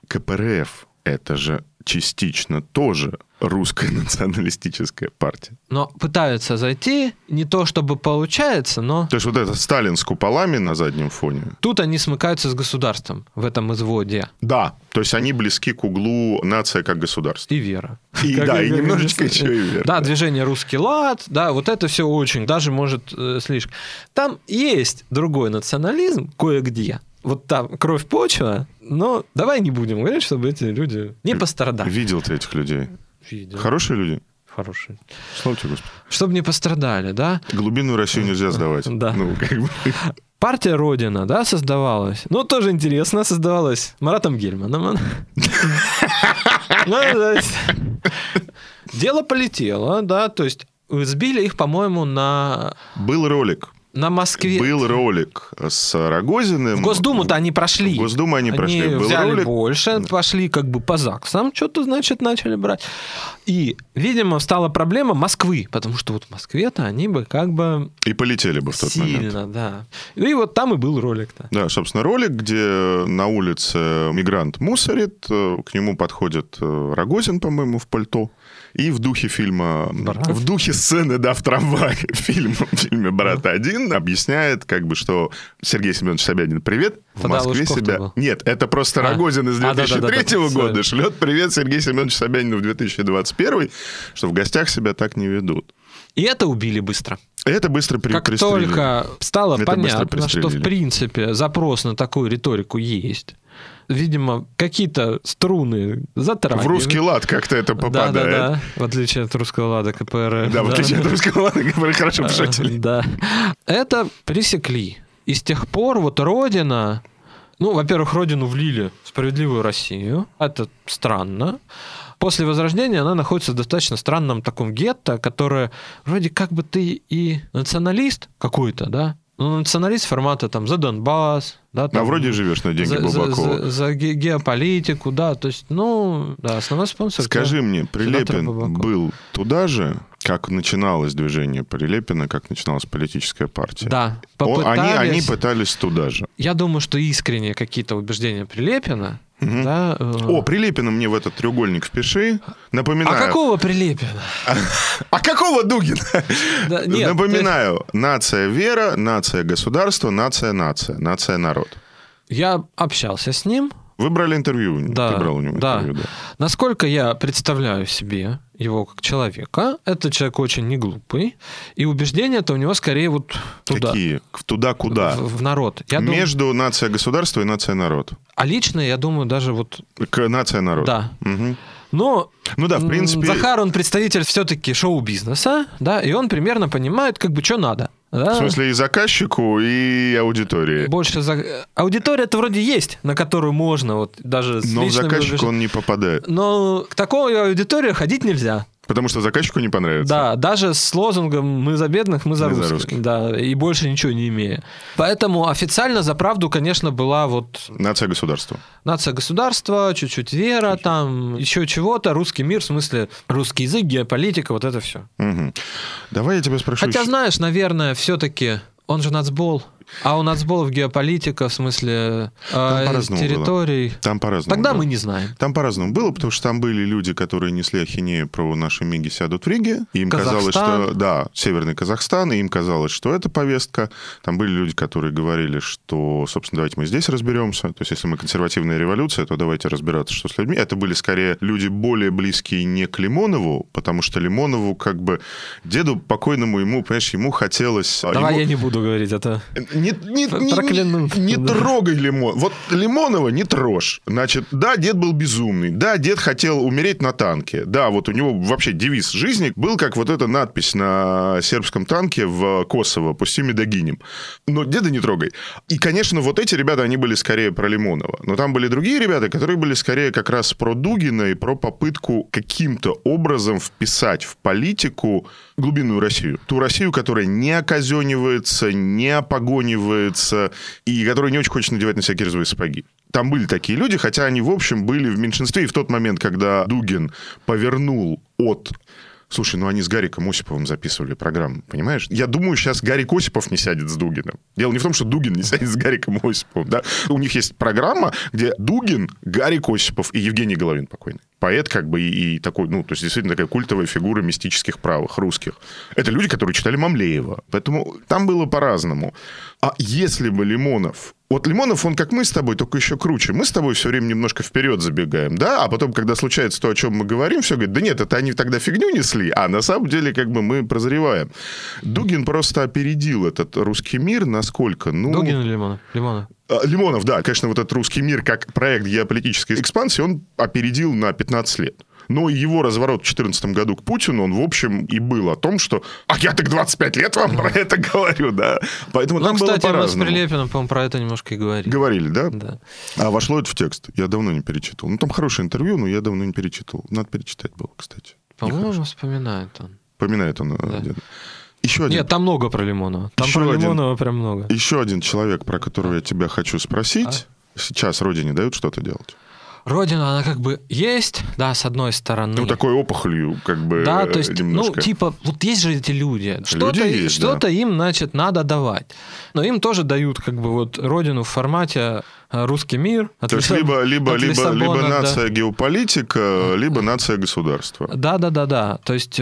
Speaker 2: КПРФ — это же частично тоже русская националистическая партия.
Speaker 3: Но пытаются зайти, не то чтобы получается, но...
Speaker 2: То есть вот это Сталин с куполами на заднем фоне.
Speaker 3: Тут они смыкаются с государством в этом изводе.
Speaker 2: Да, то есть они близки к углу нация как государство.
Speaker 3: И вера.
Speaker 2: И, да, и немножечко еще и вера.
Speaker 3: Да, движение «Русский лад», да, вот это все очень, даже может э, слишком. Там есть другой национализм кое-где. Вот там кровь, почва, но давай не будем говорить, чтобы эти люди не пострадали.
Speaker 2: Видел ты этих людей?
Speaker 3: Видел.
Speaker 2: Хорошие люди?
Speaker 3: Хорошие.
Speaker 2: Слава тебе, Господи.
Speaker 3: Чтобы не пострадали, да?
Speaker 2: Глубинную Россию нельзя сдавать.
Speaker 3: Да.
Speaker 2: Ну, как бы...
Speaker 3: Партия Родина, да, создавалась. Ну, тоже интересно, создавалась Маратом Гельманом. Дело полетело, да, то есть сбили их, по-моему, на...
Speaker 2: Был ролик.
Speaker 3: На Москве.
Speaker 2: Был ролик с Рогозиным.
Speaker 3: В Госдуму-то они прошли.
Speaker 2: В Госдуму они, они прошли.
Speaker 3: Они
Speaker 2: Был
Speaker 3: взяли
Speaker 2: ролик.
Speaker 3: больше, пошли как бы по ЗАГСам, что-то, значит, начали брать. И, видимо, стала проблема Москвы, потому что вот в Москве-то они бы как бы...
Speaker 2: И полетели бы в тот
Speaker 3: сильно,
Speaker 2: момент.
Speaker 3: Сильно, да. И вот там и был ролик-то.
Speaker 2: Да, собственно, ролик, где на улице мигрант мусорит, к нему подходит Рогозин, по-моему, в пальто, И в духе фильма...
Speaker 3: «Брат».
Speaker 2: В духе сцены, да, в трамвае фильма, в фильме «Брат один» объясняет, как бы, что Сергей Семенович Собянин, привет, в
Speaker 3: Тогда
Speaker 2: Москве
Speaker 3: Лужков
Speaker 2: себя...
Speaker 3: был.
Speaker 2: Нет, это просто
Speaker 3: А.
Speaker 2: Рогозин из
Speaker 3: А,
Speaker 2: две тысячи третьего
Speaker 3: да-да-да-да.
Speaker 2: года шлет привет Сергею Семеновичу Собянину в две тысячи двадцать первый, что в гостях себя так не ведут.
Speaker 3: И это убили быстро.
Speaker 2: Это быстро при...
Speaker 3: Как
Speaker 2: пристрелили.
Speaker 3: только стало
Speaker 2: Это быстро
Speaker 3: понятно, что в
Speaker 2: пристрелили.
Speaker 3: принципе запрос на такую риторику есть, видимо, какие-то струны затрагивают.
Speaker 2: В русский лад как-то это попадает.
Speaker 3: Да-да-да, в отличие от русского лада КПРФ.
Speaker 2: Да, в отличие от русского лада, которые хорошо пошутили.
Speaker 3: Да. Это пресекли. И с тех пор вот Родина... Ну, во-первых, Родину влили в справедливую Россию. Это странно. После Возрождения она находится в достаточно странном таком гетто, которое вроде как бы ты и националист какой-то, да? Ну, националист формата там за Донбасс, да? Там,
Speaker 2: А вроде живешь на деньги
Speaker 3: за, за,
Speaker 2: Бабакова.
Speaker 3: за, за ге- геополитику, да, то есть, ну, да, основной спонсор...
Speaker 2: Скажи
Speaker 3: это
Speaker 2: мне, Прилепин
Speaker 3: сенатор Бабаков.
Speaker 2: был туда же, как начиналось движение Прилепина, как начиналась политическая партия?
Speaker 3: Да,
Speaker 2: О,
Speaker 3: попытались...
Speaker 2: они, они пытались туда же.
Speaker 3: Я думаю, что искренние какие-то убеждения Прилепина,
Speaker 2: Мгм.
Speaker 3: да... э,
Speaker 2: О, Прилепина мне в этот треугольник впиши. Напоминаю.
Speaker 3: А какого Прилепина?
Speaker 2: А какого Дугина?
Speaker 3: Да, нет,
Speaker 2: Напоминаю, нация вера, нация государство, нация нация, нация народ.
Speaker 3: Я общался с ним.
Speaker 2: Вы брали интервью,
Speaker 3: Да,
Speaker 2: ты брал у него
Speaker 3: да.
Speaker 2: интервью, да.
Speaker 3: Насколько я представляю себе его как человека, это человек очень неглупый, и убеждения-то у него скорее вот туда.
Speaker 2: Какие? Туда куда?
Speaker 3: В, в народ. Я думаю-
Speaker 2: Между нация государство и нация народ.
Speaker 3: а лично, я думаю, даже вот...
Speaker 2: К нация народ.
Speaker 3: Да.
Speaker 2: Мгм.
Speaker 3: Но
Speaker 2: Ну да, в
Speaker 3: м,
Speaker 2: принципе...
Speaker 3: Захар, он представитель все-таки шоу-бизнеса, да, и он примерно понимает, как бы, что надо. Да?
Speaker 2: В смысле и заказчику, и аудитории.
Speaker 3: Больше за... Аудитория-то вроде есть, на которую можно вот даже с
Speaker 2: Но в
Speaker 3: личными
Speaker 2: заказчику
Speaker 3: убеждениями.
Speaker 2: он не попадает.
Speaker 3: Но к такой аудитории ходить нельзя.
Speaker 2: Потому что заказчику не понравится.
Speaker 3: Да, даже с лозунгом «мы за бедных, мы за
Speaker 2: Мы за
Speaker 3: русских».
Speaker 2: русских.
Speaker 3: Да, и больше ничего не имея. Поэтому официально за правду, конечно, была вот
Speaker 2: Нация государства.
Speaker 3: нация государства, чуть-чуть вера, там еще чего-то, русский мир, в смысле русский язык, геополитика, вот это все.
Speaker 2: Мгм. Давай я тебя спрошу.
Speaker 3: Хотя,
Speaker 2: еще-
Speaker 3: знаешь, наверное, все-таки он же нацбол. А у нацболов геополитика, в смысле э,
Speaker 2: по-разному
Speaker 3: территорий.
Speaker 2: Там по-разному.
Speaker 3: Тогда
Speaker 2: да.
Speaker 3: мы не знаем.
Speaker 2: Там по-разному было, потому что там были люди, которые несли ахинею про наши миги сядут в Риге. И им казалось,
Speaker 3: Казахстан.
Speaker 2: что... Да, Северный Казахстан, и им казалось, что это повестка. Там были люди, которые говорили, что, собственно, давайте мы здесь разберемся. То есть, если мы консервативная революция, то давайте разбираться, что с людьми. Это были скорее люди более близкие не к Лимонову, потому что Лимонову как бы... Деду покойному ему, понимаешь, ему хотелось...
Speaker 3: Давай
Speaker 2: ему-
Speaker 3: я не буду говорить это.
Speaker 2: Не, не, не,
Speaker 3: Прокляну.
Speaker 2: не, не
Speaker 3: Да.
Speaker 2: трогай Лимон. Вот Лимонова не трожь. Значит, да, дед был безумный. Да, дед хотел умереть на танке. Да, вот у него вообще девиз жизни был как вот эта надпись на сербском танке в Косово «Пусти медогинем». Но деда не трогай. И, конечно, вот эти ребята, они были скорее про Лимонова. Но там были другие ребята, которые были скорее как раз про Дугина и про попытку каким-то образом вписать в политику глубинную Россию. Ту Россию, которая не оказенивается, не опогонивается, и которая не очень хочет надевать на всякие резвые сапоги. Там были такие люди, хотя они, в общем, были в меньшинстве. И в тот момент, когда Дугин повернул от... Слушай, ну они с Гариком Осиповым записывали программу, понимаешь? Я думаю, сейчас Гарик Осипов не сядет с Дугиным. Дело не в том, что Дугин не сядет с Гариком Осиповым. Да? У них есть программа, где Дугин, Гарик Осипов и Евгений Головин покойный. Поэт как бы и, и такой, ну, то есть действительно такая культовая фигура мистических правых русских. Это люди, которые читали Мамлеева. Поэтому там было по-разному. А если бы Лимонов... Вот Лимонов, он как мы с тобой, только еще круче. Мы с тобой все время немножко вперед забегаем, да? А потом, когда случается то, о чем мы говорим, все говорит, да нет, это они тогда фигню несли, а на самом деле как бы мы прозреваем. Дугин просто опередил этот русский мир насколько? Ну...
Speaker 3: Дугин или Лимонов? Лимонов.
Speaker 2: А, Лимонов, да, конечно, вот этот русский мир как проект геополитической экспансии, он опередил на пятнадцать лет. Но его разворот в две тысячи четырнадцатом году к Путину, он, в общем, и был о том, что «А я так двадцать пять лет вам про это говорю», да. Поэтому
Speaker 3: Ну,
Speaker 2: там
Speaker 3: кстати,
Speaker 2: было
Speaker 3: мы с
Speaker 2: по-разному.
Speaker 3: Прилепиным, по-моему, про это немножко и говорили.
Speaker 2: Говорили, да?
Speaker 3: Да.
Speaker 2: А вошло это в текст. Я давно не перечитывал. Ну, там хорошее интервью, но я давно не перечитывал. Надо перечитать было, кстати.
Speaker 3: По-моему, вспоминает он.
Speaker 2: Поминает он.
Speaker 3: Да.
Speaker 2: Один. Еще один.
Speaker 3: Нет, там много про Лимонова. Там
Speaker 2: Еще
Speaker 3: про
Speaker 2: один.
Speaker 3: Лимонова прям много.
Speaker 2: Еще один человек, про которого я тебя хочу спросить. Сейчас Родине дают что-то делать?
Speaker 3: Родина, она как бы есть, да, с одной стороны.
Speaker 2: Ну, такой опухолью, как бы,
Speaker 3: Да, то есть,
Speaker 2: немножко.
Speaker 3: ну, типа, вот есть же эти люди. Что-то,
Speaker 2: Люди есть,
Speaker 3: что-то им, значит, надо давать. Но им тоже дают, как бы, вот, родину в формате русский мир. От
Speaker 2: То есть
Speaker 3: Лиссаб...
Speaker 2: либо, либо,
Speaker 3: от
Speaker 2: либо,
Speaker 3: Лиссабона,
Speaker 2: либо
Speaker 3: да.
Speaker 2: нация геополитика, либо нация государства.
Speaker 3: Да-да-да-да. То есть,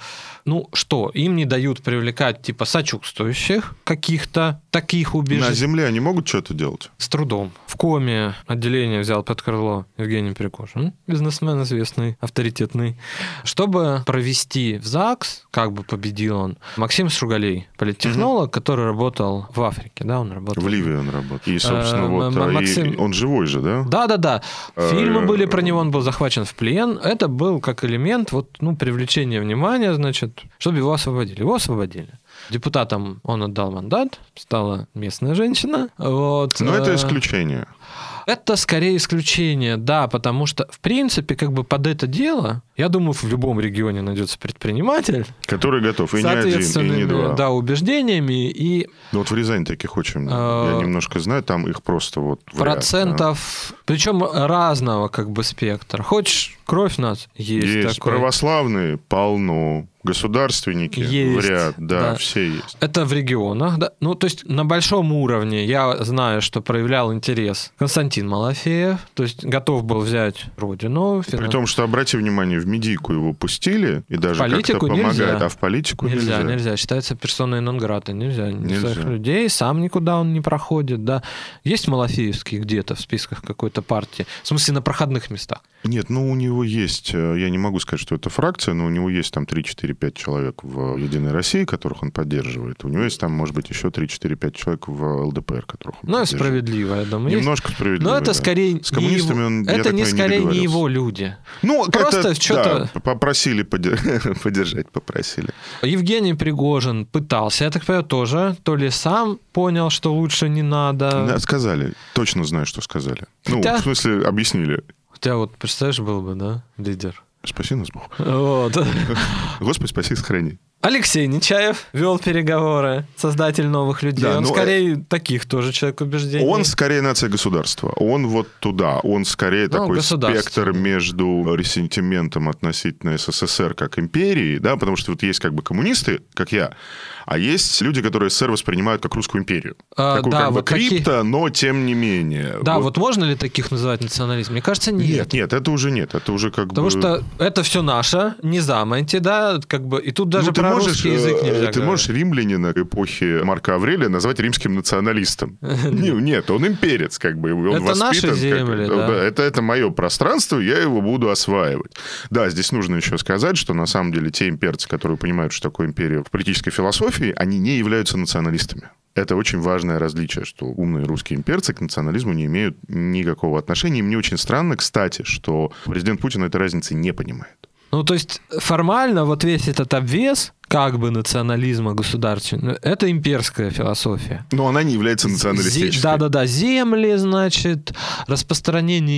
Speaker 3: ну что, им не дают привлекать типа сочувствующих каких-то таких убеждений.
Speaker 2: На земле они могут что-то делать?
Speaker 3: С трудом. В Коме отделение взял под крыло Евгений Пригожин, бизнесмен известный, авторитетный, чтобы провести в ЗАГС, как бы победил он, Максим Шугалей, политтехнолог, угу. который работал в Африке, да, он работал.
Speaker 2: В Ливии он работал. И, собственно,
Speaker 3: Э,
Speaker 2: вот,
Speaker 3: Максим...
Speaker 2: и он живой же, да?
Speaker 3: Да-да-да. Фильмы были про него, он был захвачен в плен. Это был как элемент вот, ну, привлечения внимания, значит, чтобы его освободили. Его освободили. Депутатам он отдал мандат, стала местная женщина. Вот.
Speaker 2: Но это исключение.
Speaker 3: Это скорее исключение, да, потому что, в принципе, как бы под это дело, я думаю, в любом регионе найдется предприниматель.
Speaker 2: Который готов, и не один, и не два.
Speaker 3: Да, убеждениями. И,
Speaker 2: ну, вот в Рязани таких очень много. Я немножко знаю, там их просто вот в
Speaker 3: процентов,
Speaker 2: ряд, да?
Speaker 3: Причем разного как бы спектра. Хочешь кровь у нас? Есть,
Speaker 2: есть
Speaker 3: такой.
Speaker 2: Православные полно. Государственники
Speaker 3: есть,
Speaker 2: в ряд, да,
Speaker 3: да,
Speaker 2: все есть.
Speaker 3: Это в регионах, да. Ну, то есть на большом уровне я знаю, что проявлял интерес Константин Малафеев, то есть готов был взять родину.
Speaker 2: При том, что, обрати внимание, в медийку его пустили, и даже как-то помогает,
Speaker 3: нельзя.
Speaker 2: А в политику
Speaker 3: нельзя.
Speaker 2: нельзя.
Speaker 3: Нельзя, считается персоной нон-грата, нельзя.
Speaker 2: Нельзя.
Speaker 3: Своих людей, сам никуда он не проходит, да. Есть Малафеевский где-то в списках какой-то партии? В смысле, на проходных местах?
Speaker 2: Нет, ну у него есть, я не могу сказать, что это фракция, но у него есть там три-четыре-пять человек в «Единой России», которых он поддерживает. У него есть там, может быть, еще три-четыре-пять человек в эл дэ пэ эр, которых он
Speaker 3: ну,
Speaker 2: поддерживает.
Speaker 3: Ну, справедливо, я думаю.
Speaker 2: Немножко
Speaker 3: есть.
Speaker 2: справедливо,
Speaker 3: Но это
Speaker 2: да.
Speaker 3: скорее
Speaker 2: С коммунистами
Speaker 3: не его,
Speaker 2: он,
Speaker 3: это
Speaker 2: так
Speaker 3: не
Speaker 2: понимаю,
Speaker 3: скорее
Speaker 2: не,
Speaker 3: не его люди.
Speaker 2: Ну,
Speaker 3: просто
Speaker 2: это,
Speaker 3: что-то...
Speaker 2: Да, попросили поддержать, попросили.
Speaker 3: Евгений Пригожин пытался, я так понимаю, тоже, то ли сам понял, что лучше не надо.
Speaker 2: Да, сказали, точно знаю, что сказали. Ну,
Speaker 3: Хотя...
Speaker 2: в смысле, объяснили.
Speaker 3: Хотя вот, представляешь, был бы, да, лидер.
Speaker 2: Спаси нас, Бог.
Speaker 3: Вот.
Speaker 2: Господи, спаси и сохрани.
Speaker 3: Алексей Нечаев вел переговоры, создатель новых людей. Да, он скорее э... таких тоже человек убеждений.
Speaker 2: Он скорее нация государства. Он вот туда. Он скорее ну, такой спектр между ресентиментом относительно эс эс эс эр как империи, да, потому что вот есть как бы коммунисты, как я, а есть люди, которые эс эс эс эр воспринимают как русскую империю. А, Такую да, как вот бы крипто, такие... но тем не менее.
Speaker 3: Да, вот... вот можно ли таких называть национализмом? Мне кажется, нет.
Speaker 2: Нет, нет, это уже нет. Это уже как
Speaker 3: потому
Speaker 2: бы...
Speaker 3: Потому что это все наше, не заманьте, да, как бы, и тут даже ну, про
Speaker 2: можешь,
Speaker 3: русский язык нельзя
Speaker 2: Ты
Speaker 3: говорить.
Speaker 2: можешь римлянина эпохи Марка Аврелия назвать римским националистом. Нет, он имперец, как бы.
Speaker 3: Это наши земли, да.
Speaker 2: Это мое пространство, я его буду осваивать. Да, здесь нужно еще сказать, что на самом деле те имперцы, которые понимают, что такое империя в политической философии, они не являются националистами. Это очень важное различие, что умные русские имперцы к национализму не имеют никакого отношения. И мне очень странно, кстати, что президент Путин этой разницы не понимает.
Speaker 3: Ну, то есть формально вот весь этот обвес как бы национализма государственного, это имперская философия.
Speaker 2: Но она не является националистической.
Speaker 3: Да-да-да, земли, значит, распространение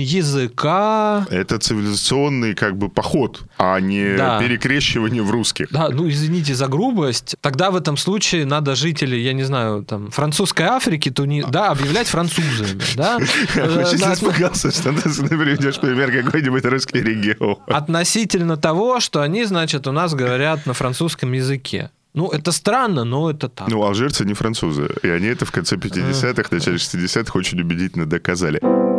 Speaker 3: языка.
Speaker 2: Это цивилизационный как бы поход, а не да. перекрещивание в русских.
Speaker 3: Да, ну извините за грубость. Тогда в этом случае надо жителей, я не знаю, там, французской Африки, туни... да, объявлять французами, да?
Speaker 2: Я честно испугался, что ты приведешь пример какой-нибудь русский регион.
Speaker 3: Относительно того, что они, значит, у нас говорят на французском языке. языке. Ну, это странно, но это так.
Speaker 2: Ну, алжирцы не французы. И они это в конце пятидесятых, начале шестидесятых очень убедительно доказали.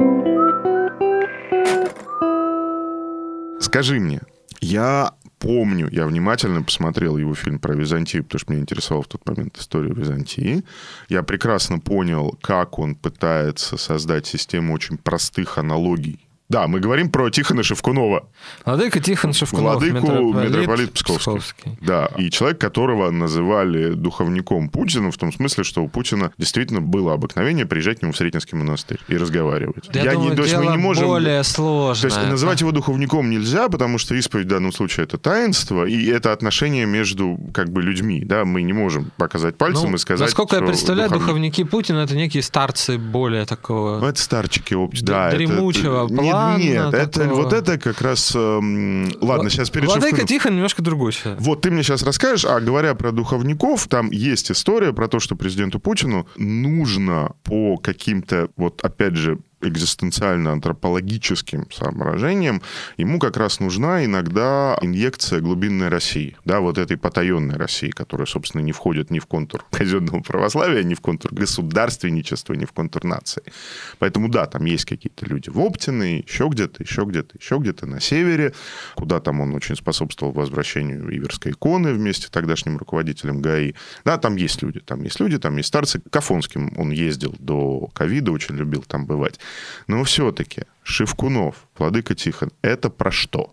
Speaker 2: Скажи мне, я помню, я внимательно посмотрел его фильм про Византию, потому что меня интересовала в тот момент история Византии. Я прекрасно понял, как он пытается создать систему очень простых аналогий. Да, мы говорим про Тихона Шевкунова.
Speaker 3: Владыка Тихон Шевкунов,
Speaker 2: Владыку
Speaker 3: митрополит,
Speaker 2: митрополит Псковский. Псковский. Да, и человек, которого называли духовником Путина, в том смысле, что у Путина действительно было обыкновение приезжать к нему в Сретенский монастырь и разговаривать.
Speaker 3: Я, Я думаю, не, то есть мы не можем... более сложное.
Speaker 2: То есть называть его духовником нельзя, потому что исповедь в данном случае это таинство, и это отношение между как бы людьми. Да? Мы не можем показать пальцем ну, и сказать,
Speaker 3: насколько
Speaker 2: что
Speaker 3: я представляю,
Speaker 2: духовник...
Speaker 3: духовники Путина это некие старцы более такого...
Speaker 2: Ну, это старчики, да.
Speaker 3: Дремучего
Speaker 2: это...
Speaker 3: плана.
Speaker 2: Нет, это, вот это как раз... Эм, ладно, сейчас перед
Speaker 3: Владыка
Speaker 2: Шевкуновым...
Speaker 3: Тихон немножко другой человек.
Speaker 2: Вот ты мне сейчас расскажешь, а говоря про духовников, там есть история про то, что президенту Путину нужно по каким-то, вот опять же, экзистенциально-антропологическим соображениям, ему как раз нужна иногда инъекция глубинной России, да, вот этой потаенной России, которая, собственно, не входит ни в контур казенного православия, ни в контур государственничества, ни в контур нации. Поэтому, да, там есть какие-то люди в Оптиной, еще где-то, еще где-то, еще где-то на севере, куда там он очень способствовал возвращению Иверской иконы вместе с тогдашним руководителем ГАИ. Да, там есть люди, там есть люди, там есть старцы. К Афонским он ездил до ковида, очень любил там бывать. Но все-таки Шевкунов, владыка Тихон, это про что?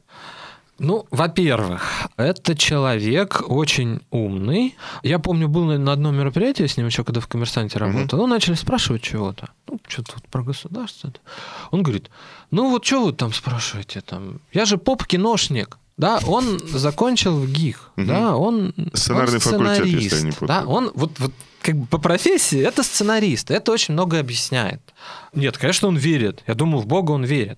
Speaker 3: Ну, во-первых, это человек очень умный. Я помню, был на одном мероприятии с ним еще, когда в «Коммерсанте» работал. Mm-hmm. Ну, начали спрашивать чего-то. Ну, что-то вот про государство. Он говорит, ну вот что вы там спрашиваете? Там? Я же поп-киношник. Да, он закончил в ГИХ. Mm-hmm. Да, он,
Speaker 2: Сценарный
Speaker 3: он
Speaker 2: факультет, если я не путаю.
Speaker 3: Да, он вот, вот как бы по профессии это сценарист. Это очень много объясняет. Нет, конечно, он верит. Я думаю, в Бога он верит.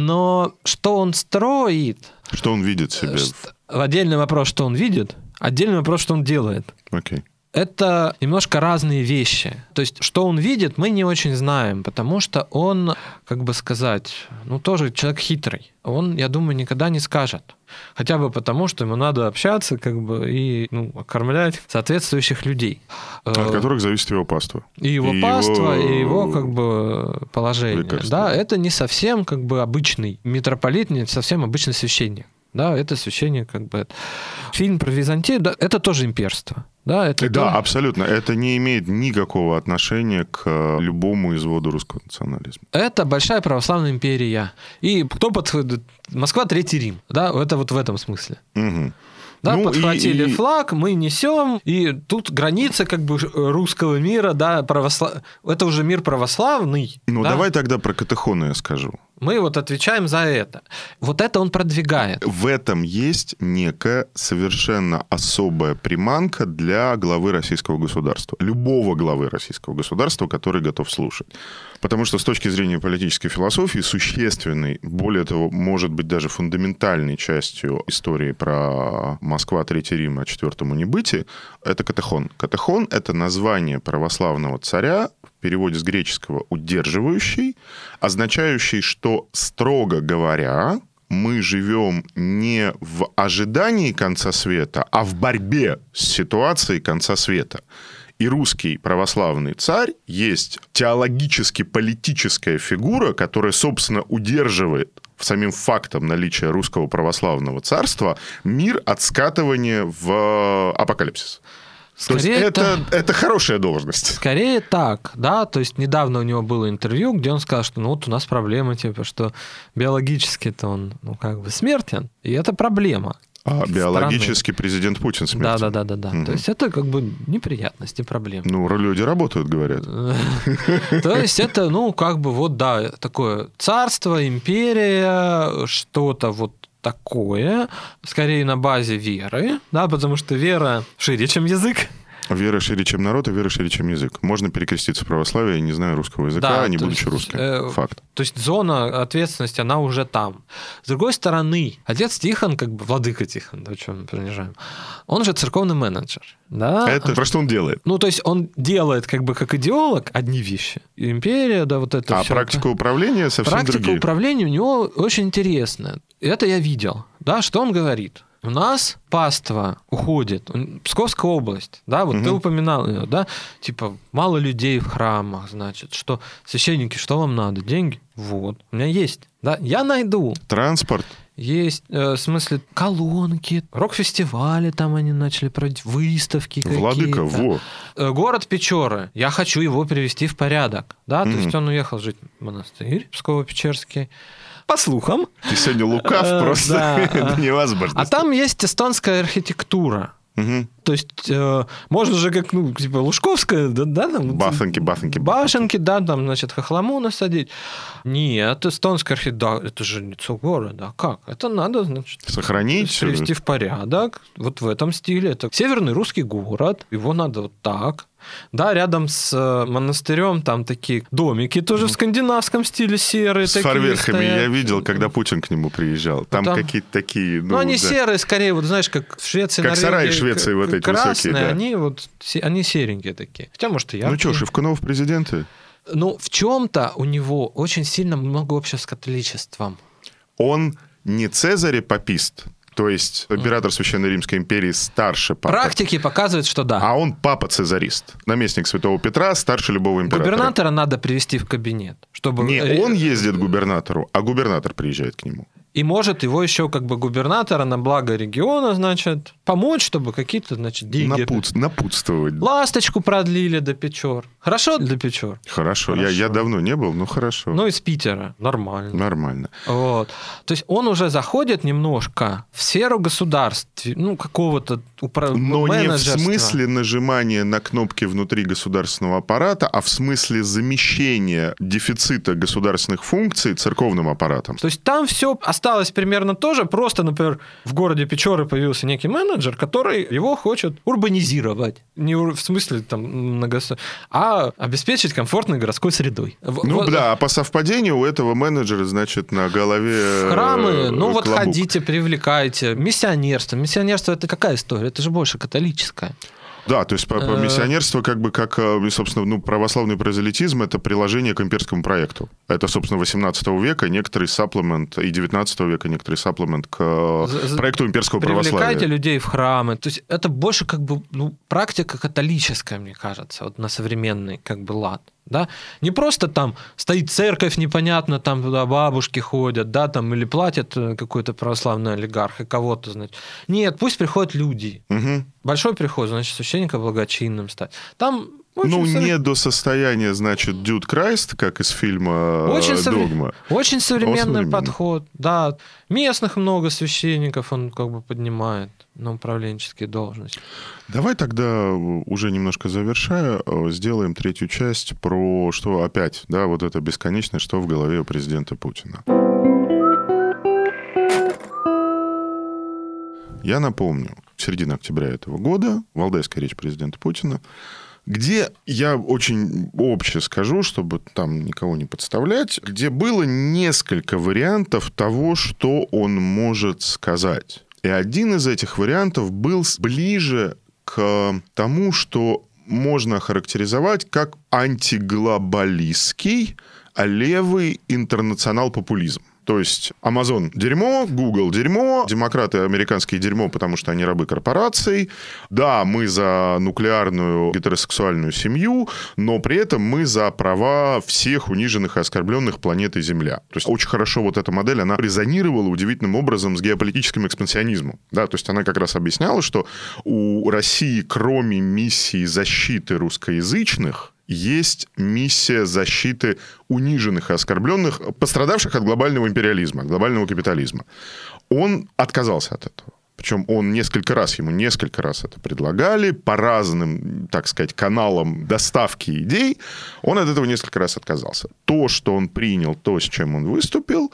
Speaker 3: Но что он строит...
Speaker 2: Что он видит в себе?
Speaker 3: Отдельный вопрос, что он видит. Отдельный вопрос, что он делает.
Speaker 2: Окей.
Speaker 3: Это немножко разные вещи. То есть, что он видит, мы не очень знаем, потому что он, как бы сказать, ну, тоже человек хитрый. Он, я думаю, никогда не скажет. Хотя бы потому, что ему надо общаться, как бы, и ну, окормлять соответствующих людей.
Speaker 2: От которых зависит его паства.
Speaker 3: И его и паства, его... и его, как бы, положение. Лекарство. Да, это не совсем, как бы, обычный митрополит, не совсем обычный священник. Да, это священник, как бы... Фильм про Византию, да, это тоже имперство. Да, это
Speaker 2: да,
Speaker 3: то...
Speaker 2: абсолютно. Это не имеет никакого отношения к любому изводу русского национализма.
Speaker 3: Это большая православная империя. И кто подходит? Москва, Третий Рим. Да, это вот в этом смысле.
Speaker 2: Угу.
Speaker 3: Да,
Speaker 2: ну,
Speaker 3: подхватили
Speaker 2: и, и...
Speaker 3: флаг, мы несем, и тут граница как бы русского мира, да, православ... это уже мир православный.
Speaker 2: Ну,
Speaker 3: да?
Speaker 2: Давай тогда про катехоны я скажу.
Speaker 3: Мы вот отвечаем за это. Вот это он продвигает.
Speaker 2: В этом есть некая совершенно особая приманка для главы российского государства. Любого главы российского государства, который готов слушать. Потому что с точки зрения политической философии существенной, более того, может быть даже фундаментальной частью истории про Москва, Третий Рим, а четвертому не бытие, это катехон. Катехон — это название православного царя, в переводе с греческого «удерживающий», означающий, что, строго говоря, мы живем не в ожидании конца света, а в борьбе с ситуацией конца света. И русский православный царь есть теологически-политическая фигура, которая, собственно, удерживает самим фактом наличия русского православного царства мир от скатывания в апокалипсис.
Speaker 3: Скорее
Speaker 2: то есть это,
Speaker 3: это,
Speaker 2: это хорошая должность.
Speaker 3: Скорее так, да. То есть недавно у него было интервью, где он сказал, что ну вот у нас проблема, типа, что биологически-то он, ну, как бы смертен, и это проблема.
Speaker 2: А биологически президент Путин смертен.
Speaker 3: Да, да, да, да, да. Угу. То есть это как бы неприятности, проблемы.
Speaker 2: Ну, люди работают, говорят.
Speaker 3: То есть это, ну, как бы вот, да, такое царство, империя, что-то вот такое, скорее на базе веры, да, потому что вера шире, чем язык.
Speaker 2: Вера шире, чем народ, и вера шире, чем язык. Можно перекреститься в православие, не зная русского языка, да, не будучи есть, русским. Э, Факт.
Speaker 3: То есть зона ответственности, она уже там. С другой стороны, отец Тихон, как бы владыка Тихон, да, что мы принижаем, он же церковный менеджер. Да?
Speaker 2: Это про что он делает?
Speaker 3: Ну, то есть он делает как бы как идеолог одни вещи. Империя, да, вот это
Speaker 2: а
Speaker 3: все.
Speaker 2: А практика управления совсем
Speaker 3: практика
Speaker 2: другие.
Speaker 3: Практика управления у него очень интересная. Это я видел. Да, что он говорит? У нас паства уходит, Псковская область, да, вот угу. ты упоминал ее, да, типа мало людей в храмах, значит, что священники, что вам надо, деньги? Вот, у меня есть, да, я найду.
Speaker 2: Транспорт.
Speaker 3: Есть, э, в смысле, колонки, рок-фестивали там они начали проводить, выставки какие-то.
Speaker 2: Владыка, во.
Speaker 3: Город Печоры, я хочу его привести в порядок, да, угу. то есть он уехал жить в монастырь Псково-Печерский. По слухам.
Speaker 2: Ты сегодня лукав просто.
Speaker 3: Да.
Speaker 2: Это невозможно.
Speaker 3: А там есть эстонская архитектура.
Speaker 2: Угу.
Speaker 3: То есть э, можно же как, ну, типа Лужковская, да, да там...
Speaker 2: Башенки, башенки.
Speaker 3: Башенки, да, там, значит, хохлому насадить. Нет, эстонская архитектура, да, это же не город, а как? Это надо, значит...
Speaker 2: Сохранить.
Speaker 3: Привести в порядок, вот в этом стиле. Это северный русский город, его надо вот так... Да, рядом с монастырем там такие домики тоже в скандинавском стиле серые.
Speaker 2: С фарверхами я видел, когда Путин к нему приезжал. Там, там какие-то такие...
Speaker 3: Ну, ну они да. серые, скорее, вот знаешь, как в Швеции,
Speaker 2: как сараи в Швеции вот эти
Speaker 3: красные,
Speaker 2: высокие, да.
Speaker 3: они, вот, они серенькие такие. Хотя, может, и яркие.
Speaker 2: Ну что, Шевкунов президенты?
Speaker 3: Ну, в чем-то у него очень сильно много общего с католичеством.
Speaker 2: Он не цезарь-папист, то есть император Священной Римской империи старше папы.
Speaker 3: Практики показывают, что да.
Speaker 2: А он папа-цезарист, наместник святого Петра, старше любого императора.
Speaker 3: Губернатора надо привести в кабинет, чтобы...
Speaker 2: Не он ездит к губернатору, а губернатор приезжает к нему.
Speaker 3: И может его еще как бы губернатора на благо региона, значит, помочь, чтобы какие-то, значит, деньги...
Speaker 2: Напут... Напутствовать.
Speaker 3: Ласточку продлили до Печор. Хорошо для Печор?
Speaker 2: Хорошо.
Speaker 3: Хорошо.
Speaker 2: Я, я давно не был, но хорошо.
Speaker 3: Ну, из Питера. Нормально.
Speaker 2: Нормально.
Speaker 3: Вот. То есть он уже заходит немножко в сферу государств, ну, какого-то упра...
Speaker 2: Но
Speaker 3: менеджерства.
Speaker 2: Не в смысле нажимания на кнопки внутри государственного аппарата, а в смысле замещения дефицита государственных функций церковным аппаратом.
Speaker 3: То есть там все осталось примерно то же, просто, например, в городе Печоры появился некий менеджер, который его хочет урбанизировать. Не в смысле там на гос... а обеспечить комфортной городской средой.
Speaker 2: Ну вот, да, а по совпадению у этого менеджера, значит, на голове
Speaker 3: храмы, ну вот
Speaker 2: клобук.
Speaker 3: ходите, привлекайте. Миссионерство. Миссионерство это какая история? Это же больше католическая.
Speaker 2: Да, то есть миссионерство как бы как, собственно, ну, православный прозелитизм — это приложение к имперскому проекту. Это, собственно, восемнадцатого века некоторый сапплемент, и девятнадцатого века некоторый сапплемент к проекту имперского православия.
Speaker 3: Привлекайте людей в храмы. То есть это больше как бы ну, практика католическая, мне кажется, вот на современный как бы лад. Да? Не просто там стоит церковь непонятно, там туда бабушки ходят, да, там, или платят какой-то православный олигарх и кого-то, значит. Нет, пусть приходят люди.
Speaker 2: Угу.
Speaker 3: Большой приход, значит, священника благочинным стать. Там
Speaker 2: ну,
Speaker 3: совре...
Speaker 2: не до состояния, значит, Дюд Крайст, как из фильма
Speaker 3: очень
Speaker 2: «Догма».
Speaker 3: Совре... Очень современный,
Speaker 2: современный
Speaker 3: подход, да. Местных много священников он как бы поднимает на управленческие должности.
Speaker 2: Давай тогда, уже немножко завершая, сделаем третью часть про что опять, да, вот это бесконечное, что в голове у президента Путина. Я напомню, середина октября этого года, валдайская речь президента Путина, где, я очень обще скажу, чтобы там никого не подставлять, где было несколько вариантов того, что он может сказать. И один из этих вариантов был ближе к тому, что можно охарактеризовать как антиглобалистский, а левый интернационал-популизм. То есть Amazon – дерьмо, Google – дерьмо, демократы американские – дерьмо, потому что они рабы корпораций. Да, мы за нуклеарную гетеросексуальную семью, но при этом мы за права всех униженных и оскорбленных планеты Земля. То есть очень хорошо вот эта модель, она резонировала удивительным образом с геополитическим экспансионизмом. Да, то есть она как раз объясняла, что у России, кроме миссии защиты русскоязычных, есть миссия защиты униженных и оскорбленных, пострадавших от глобального империализма, от глобального капитализма. Он отказался от этого. Причем он несколько раз, ему несколько раз это предлагали, по разным, так сказать, каналам доставки идей, он от этого несколько раз отказался. То, что он принял, то, с чем он выступил,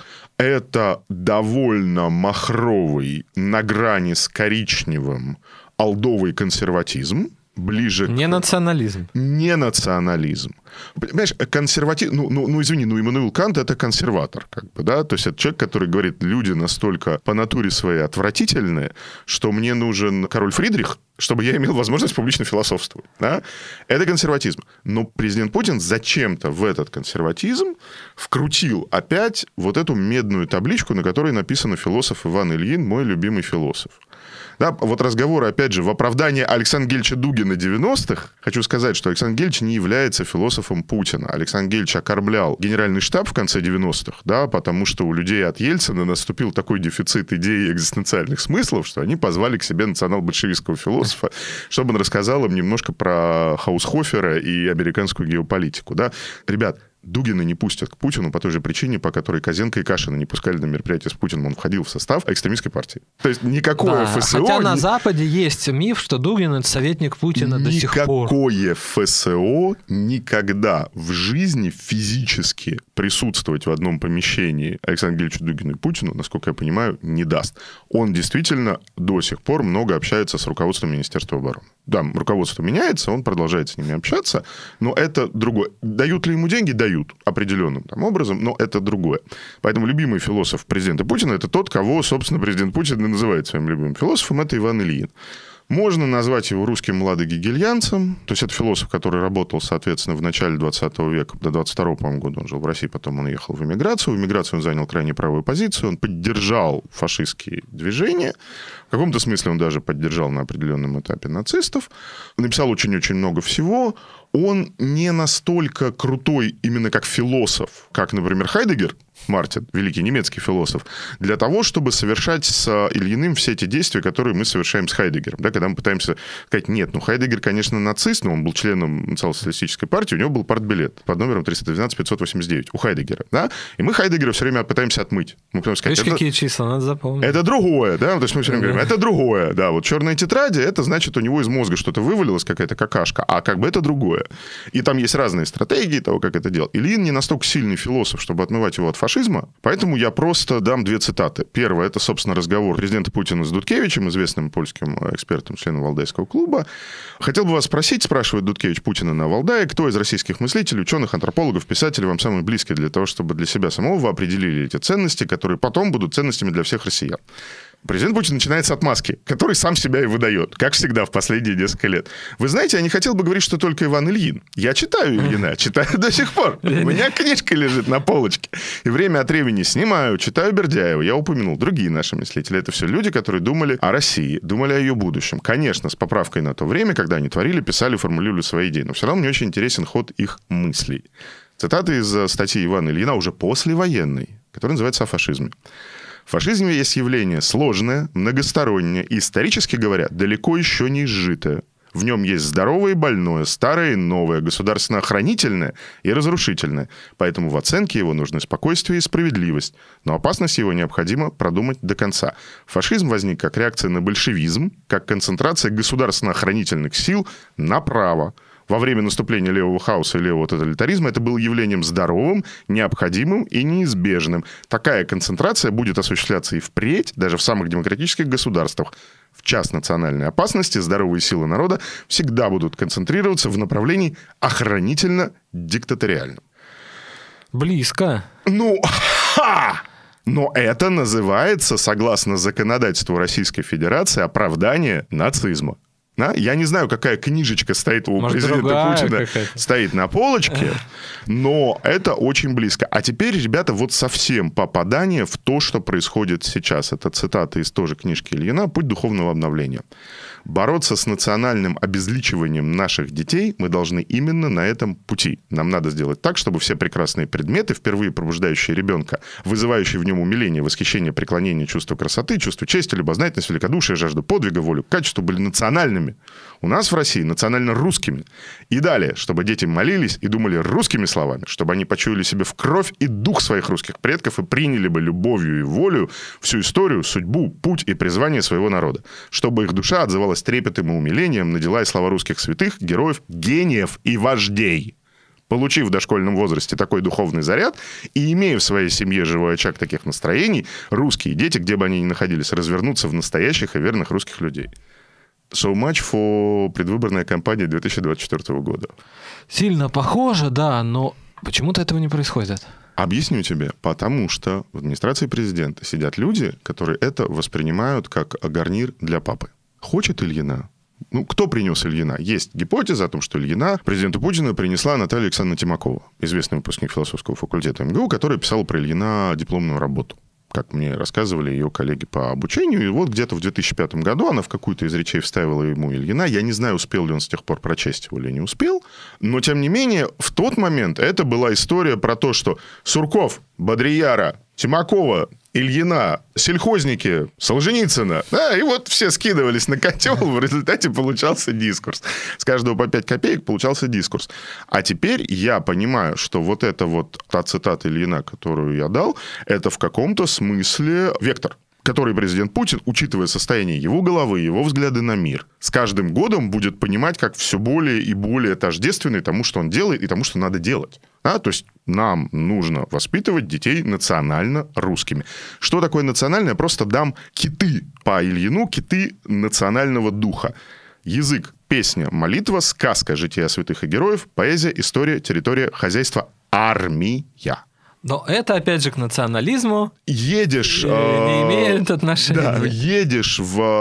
Speaker 2: это довольно махровый, на грани с коричневым, олдовый консерватизм, ближе
Speaker 3: не
Speaker 2: к...
Speaker 3: национализм.
Speaker 2: Не национализм. Понимаешь, консерватизм... Ну, ну, ну, извини, ну, Иммануил Кант — это консерватор, как бы, да? То есть это человек, который говорит, люди настолько по натуре своей отвратительные, что мне нужен король Фридрих, чтобы я имел возможность публично философствовать, да? Это консерватизм. Но президент Путин зачем-то в этот консерватизм вкрутил опять вот эту медную табличку, на которой написано «Философ Иван Ильин, мой любимый философ». Да, вот разговоры, опять же, в оправдании Александра Гельевича Дугина девяностых. Хочу сказать, что Александр Гельевич не является философом Путина. Александр Гельевич окормлял генеральный штаб в конце девяностых, да, потому что у людей от Ельцина наступил такой дефицит идей и экзистенциальных смыслов, что они позвали к себе национал-большевистского философа, чтобы он рассказал им немножко про Хаусхофера и американскую геополитику. Да. Ребят, Дугина не пустят к Путину по той же причине, по которой Козенко и Кашина не пускали на мероприятие с Путиным. Он входил в состав экстремистской партии. То есть никакое
Speaker 3: да,
Speaker 2: ФСО...
Speaker 3: Хотя
Speaker 2: ни...
Speaker 3: на Западе есть миф, что Дугин — это советник Путина до сих пор.
Speaker 2: Никакое ФСО никогда в жизни физически присутствовать в одном помещении Александру Гельевичу Дугину и Путину, насколько я понимаю, не даст. Он действительно до сих пор много общается с руководством Министерства обороны. Да, руководство меняется, он продолжает с ними общаться, но это другое. Дают ли ему деньги? Дают определенным там образом, но это другое. Поэтому любимый философ президента Путина — это тот, кого, собственно, президент Путин и называет своим любимым философом, это Иван Ильин. Можно назвать его русским младогегельянцем. То есть это философ, который работал, соответственно, в начале двадцатого века, до двадцать второго, по-моему, года он жил в России, потом он уехал в эмиграцию. В эмиграции он занял крайне правую позицию, он поддержал фашистские движения. В каком-то смысле он даже поддержал на определенном этапе нацистов. Написал очень-очень много всего. Он не настолько крутой именно как философ, как, например, Хайдеггер, Мартин, великий немецкий философ, для того, чтобы совершать с Ильиным все те действия, которые мы совершаем с Хайдеггером. Да, когда мы пытаемся сказать, нет, ну Хайдеггер, конечно, нацист, но он был членом национал-социалистической партии, у него был партбилет под номером триста двенадцать пятьсот восемьдесят девять у Хайдеггера. Да? И мы Хайдеггера все время пытаемся отмыть. Мы пытаемся сказать,
Speaker 3: видишь, какие числа, надо запомнить.
Speaker 2: Это другое, да, то есть мы все время говорим, это другое, да, вот черные тетради, это значит, у него из мозга что-то вывалилось, какая-то какашка, а как бы это другое. И там есть разные стратегии того, как это делать. Ильин не настолько сильный философ, чтобы отмывать его от фашизма, поэтому я просто дам две цитаты. Первое, это, собственно, разговор президента Путина с Дудкевичем, известным польским экспертом, членом Валдайского клуба. Хотел бы вас спросить, спрашивает Дудкевич Путина на Валдае, кто из российских мыслителей, ученых, антропологов, писателей вам самый близкий для того, чтобы для себя самого вы определили эти ценности, которые потом будут ценностями для всех россиян. Президент Путин начинает с отмазки, который сам себя и выдает, как всегда в последние несколько лет. Вы знаете, я не хотел бы говорить, что только Иван Ильин. Я читаю Ильина, читаю до сих пор. У меня книжка лежит на полочке. И время от времени снимаю, читаю Бердяева. Я упомянул другие наши мыслители. Это все люди, которые думали о России, думали о ее будущем. Конечно, с поправкой на то время, когда они творили, писали, формулировали свои идеи. Но все равно мне очень интересен ход их мыслей. Цитата из статьи Ивана Ильина, уже послевоенной, которая называется «О фашизме». В фашизме есть явление сложное, многостороннее и, исторически говоря, далеко еще не изжитое. В нем есть здоровое и больное, старое и новое, государственно-охранительное и разрушительное. Поэтому в оценке его нужны спокойствие и справедливость. Но опасность его необходимо продумать до конца. Фашизм возник как реакция на большевизм, как концентрация государственно-охранительных сил направо. Во время наступления левого хаоса и левого тоталитаризма это было явлением здоровым, необходимым и неизбежным. Такая концентрация будет осуществляться и впредь, даже в самых демократических государствах. В час национальной опасности здоровые силы народа всегда будут концентрироваться в направлении охранительно-диктаториальном.
Speaker 3: Близко.
Speaker 2: Ну, ха! Но это называется, согласно законодательству Российской Федерации, оправдание нацизма. Да? Я не знаю, какая книжечка стоит у Может, президента Путина, какая-то. Стоит на полочке, но это очень близко. А теперь, ребята, вот совсем попадание в то, что происходит сейчас. Это цитата из тоже книжки Ильина «Путь духовного обновления». Бороться с национальным обезличиванием наших детей мы должны именно на этом пути. Нам надо сделать так, чтобы все прекрасные предметы, впервые пробуждающие ребенка, вызывающие в нем умиление, восхищение, преклонение, чувство красоты, чувство чести, любознательность, великодушие, жажду подвига, волю к качеству были национальными. У нас в России национально русскими. И далее, чтобы дети молились и думали русскими словами, чтобы они почуяли себе в кровь и дух своих русских предков и приняли бы любовью и волю всю историю, судьбу, путь и призвание своего народа. Чтобы их душа отзывалась трепетом и умилением на дела и слова русских святых, героев, гениев и вождей. Получив в дошкольном возрасте такой духовный заряд и имея в своей семье живой очаг таких настроений, русские дети, где бы они ни находились, развернутся в настоящих и верных русских людей. So much for предвыборная кампания две тысячи двадцать четвёртого года.
Speaker 3: Сильно похоже, да, но почему-то этого не происходит.
Speaker 2: Объясню тебе. Потому что в администрации президента сидят люди, которые это воспринимают как гарнир для папы. Хочет Ильина? Ну, кто принес Ильина? Есть гипотеза о том, что Ильина президенту Путина принесла Наталья Александровна Тимакова, известный выпускник философского факультета эм гэ у, которая писала про Ильина дипломную работу. Как мне рассказывали ее коллеги по обучению. И вот где-то в две тысячи пятом году она в какую-то из речей вставила ему Ильина. Я не знаю, успел ли он с тех пор прочесть его или не успел. Но, тем не менее, в тот момент это была история про то, что Сурков, Бодрияра, Тимакова, Ильина, сельхозники, Солженицына. Да, и вот все скидывались на котел, в результате получался дискурс. С каждого по пять копеек получался дискурс. А теперь я понимаю, что вот эта вот та цитата Ильина, которую я дал, это в каком-то смысле вектор, который президент Путин, учитывая состояние его головы, его взгляды на мир, с каждым годом будет понимать как все более и более тождественный тому, что он делает, и тому, что надо делать. А, то есть нам нужно воспитывать детей национально русскими. Что такое национальное? Я просто дам киты по Ильину, киты национального духа. Язык, песня, молитва, сказка, жития святых и героев, поэзия, история, территория, хозяйство, армия.
Speaker 3: Но это, опять же, к национализму
Speaker 2: едешь...
Speaker 3: не
Speaker 2: э,
Speaker 3: имеет отношения.
Speaker 2: Да, едешь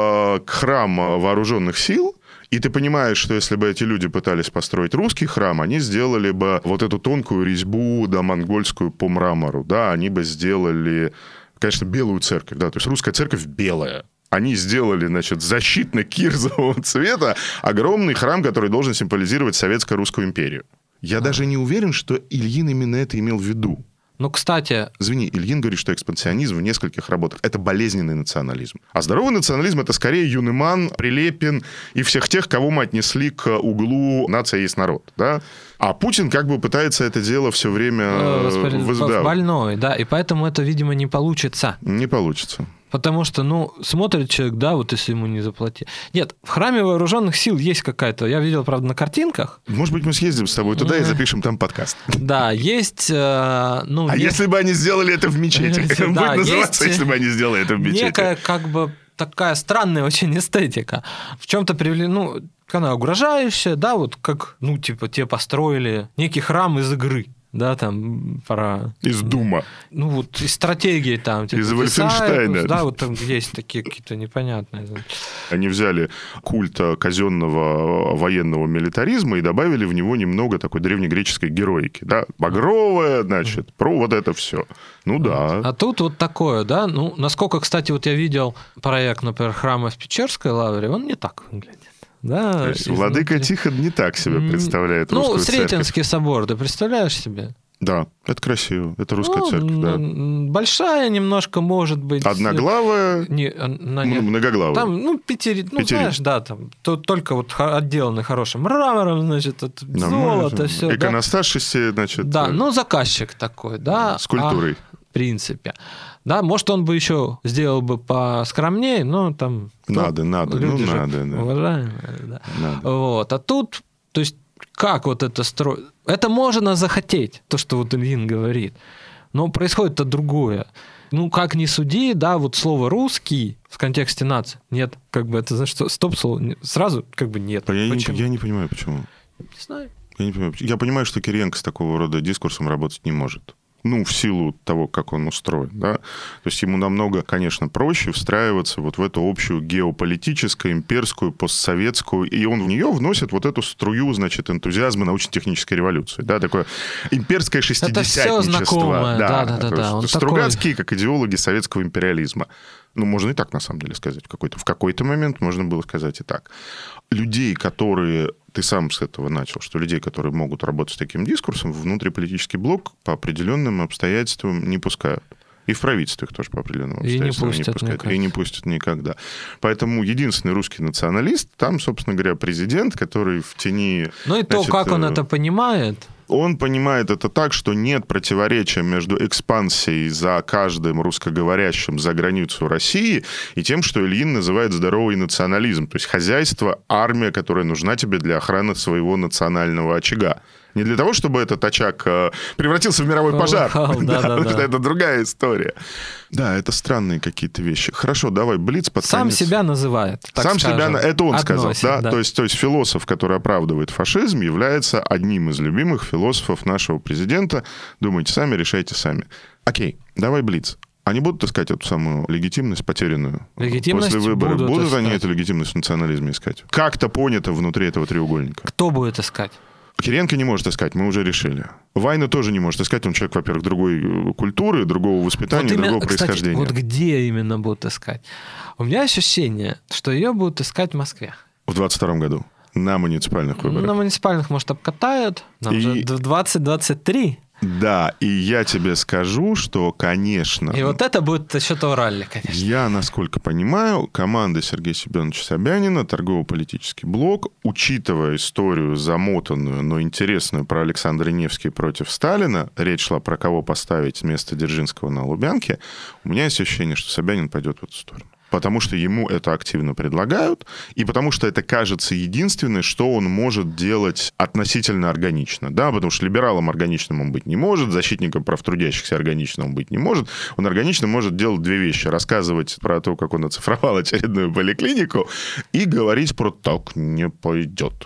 Speaker 2: в храм вооруженных сил, и ты понимаешь, что если бы эти люди пытались построить русский храм, они сделали бы вот эту тонкую резьбу, да, монгольскую по мрамору, да, они бы сделали, конечно, белую церковь, да, то есть русская церковь белая. Они сделали, значит, защитно-кирзового цвета огромный храм, который должен символизировать Советско-Русскую империю. Я а. даже не уверен, что Ильин именно это имел в виду.
Speaker 3: Ну, кстати...
Speaker 2: Извини, Ильин говорит, что экспансионизм в нескольких работах – это болезненный национализм. А здоровый национализм – это скорее Юнеман, Прилепин и всех тех, кого мы отнесли к углу «нация есть народ». Да? А Путин как бы пытается это дело все время...
Speaker 3: Воспри...
Speaker 2: воздав...
Speaker 3: Больной, да, и поэтому это, видимо, не получится.
Speaker 2: Не получится.
Speaker 3: Потому что, ну, смотрит человек, да, вот если ему не заплатить. Нет, в храме вооруженных сил есть какая-то, я видел, правда, на картинках.
Speaker 2: Может быть, мы съездим с тобой туда и запишем там подкаст.
Speaker 3: Да, есть... Э, ну,
Speaker 2: а
Speaker 3: есть...
Speaker 2: если бы они сделали это в мечети? Будет называться, если бы они сделали это в мечети.
Speaker 3: Некая, как бы, такая странная очень эстетика. В чем-то привели, ну, она угрожающая, да, вот как, ну, типа, те построили некий храм из игры. Да, там пора...
Speaker 2: Из Дума.
Speaker 3: Ну, вот из стратегии там. Типа,
Speaker 2: из Вольфенштейна.
Speaker 3: Да, вот там есть такие какие-то непонятные.
Speaker 2: Они взяли культ казенного военного милитаризма и добавили в него немного такой древнегреческой героики. Да? Багровая, значит, про вот это все. Ну да.
Speaker 3: А тут вот такое, да. Ну, насколько, кстати, вот я видел проект, например, храма в Печерской лавре, он не так выглядит. Да,
Speaker 2: то есть владыка изнутри... Тихон не так себе представляет ну, русскую церковь. Ну,
Speaker 3: Сретенский собор, ты представляешь себе?
Speaker 2: Да, это красиво, это русская
Speaker 3: ну,
Speaker 2: церковь, да.
Speaker 3: Большая немножко, может быть.
Speaker 2: Одноглавая,
Speaker 3: не, она, не...
Speaker 2: многоглавая.
Speaker 3: Там, ну, пятери... ну, знаешь, да, там то, только вот отделанный хорошим мрамором, значит, от золота, все.
Speaker 2: Иконостас шести, значит.
Speaker 3: Да, ну, заказчик такой, да.
Speaker 2: Скульптурой.
Speaker 3: А, в принципе. Да, может, он бы еще сделал бы поскромнее, но там...
Speaker 2: Надо, надо, ну, надо. Да.
Speaker 3: Уважаемые, да.
Speaker 2: Надо.
Speaker 3: Вот. А тут, то есть, как вот это строить? Это можно захотеть, то, что вот Ильин говорит. Но происходит-то другое. Ну, как ни суди, да, вот слово «русский» в контексте нации. Нет, как бы это, знаешь, что, стоп-слово. Сразу как бы нет.
Speaker 2: А я, не, я не понимаю, почему.
Speaker 3: Не знаю.
Speaker 2: Я не понимаю. Я понимаю, что Кириенко с такого рода дискурсом работать не может. Ну, в силу того, как он устроен, да. То есть ему намного, конечно, проще встраиваться вот в эту общую геополитическую, имперскую, постсоветскую, и он в нее вносит вот эту струю, значит, энтузиазма научно-технической революции, да, такое имперское шестидесятничество. Это все знакомое, да, да, да. да, да. Стругацкие, такой... как идеологи советского империализма. Ну, можно и так, на самом деле, сказать. В какой-то, в какой-то момент можно было сказать и так. Людей, которые... Ты сам с этого начал, что людей, которые могут работать с таким дискурсом, внутриполитический блок по определенным обстоятельствам не пускают. И в правительстве их тоже по определенным обстоятельствам
Speaker 3: и не,
Speaker 2: не пускают. И не пустят никогда. Поэтому единственный русский националист, там, собственно говоря, президент, который в тени...
Speaker 3: Ну и то,
Speaker 2: значит,
Speaker 3: как он это понимает...
Speaker 2: Он понимает это так, что нет противоречия между экспансией за каждым русскоговорящим за границу России и тем, что Ильин называет здоровый национализм. То есть хозяйство, армия, которая нужна тебе для охраны своего национального очага. Не для того, чтобы этот очаг превратился в мировой пожар.
Speaker 3: Oh, да, да, да, да.
Speaker 2: Это другая история. Да, это странные какие-то вещи. Хорошо, давай, блиц под
Speaker 3: Сам
Speaker 2: конец.
Speaker 3: себя называет, так
Speaker 2: Сам
Speaker 3: скажем.
Speaker 2: себя, это он
Speaker 3: Относит,
Speaker 2: сказал. Да?
Speaker 3: да.
Speaker 2: То есть, то есть философ, который оправдывает фашизм, является одним из любимых философов нашего президента. Думайте сами, решайте сами. Окей, давай блиц. Они будут искать эту самую легитимность потерянную
Speaker 3: легитимность
Speaker 2: после выборов?
Speaker 3: Будут,
Speaker 2: будут
Speaker 3: искать.
Speaker 2: Они эту легитимность в национализме искать? Как-то понято внутри этого треугольника.
Speaker 3: Кто будет искать?
Speaker 2: Кириенко не может искать, мы уже решили. Вайна тоже не может искать, он человек, во-первых, другой культуры, другого воспитания, вот именно, другого
Speaker 3: кстати,
Speaker 2: происхождения.
Speaker 3: Вот где именно будут искать? У меня ощущение, что ее будут искать в Москве.
Speaker 2: В двадцать втором году на муниципальных выборах.
Speaker 3: На муниципальных, может, обкатают. Нам
Speaker 2: И...
Speaker 3: же двадцать двадцать три.
Speaker 2: Да, и я тебе скажу, что, конечно...
Speaker 3: И вот это будет еще то ралли, конечно.
Speaker 2: Я, насколько понимаю, команда Сергея Семеновича Собянина, торгово-политический блок, учитывая историю замотанную, но интересную про Александра Невский против Сталина, речь шла про кого поставить вместо Дзержинского на Лубянке, у меня есть ощущение, что Собянин пойдет в эту сторону. Потому что ему это активно предлагают, и потому что это кажется единственное, что он может делать относительно органично. Да? Потому что либералом органичным он быть не может, защитником прав трудящихся органичным он быть не может. Он органично может делать две вещи. Рассказывать про то, как он оцифровал очередную поликлинику, и говорить про «так не пойдет».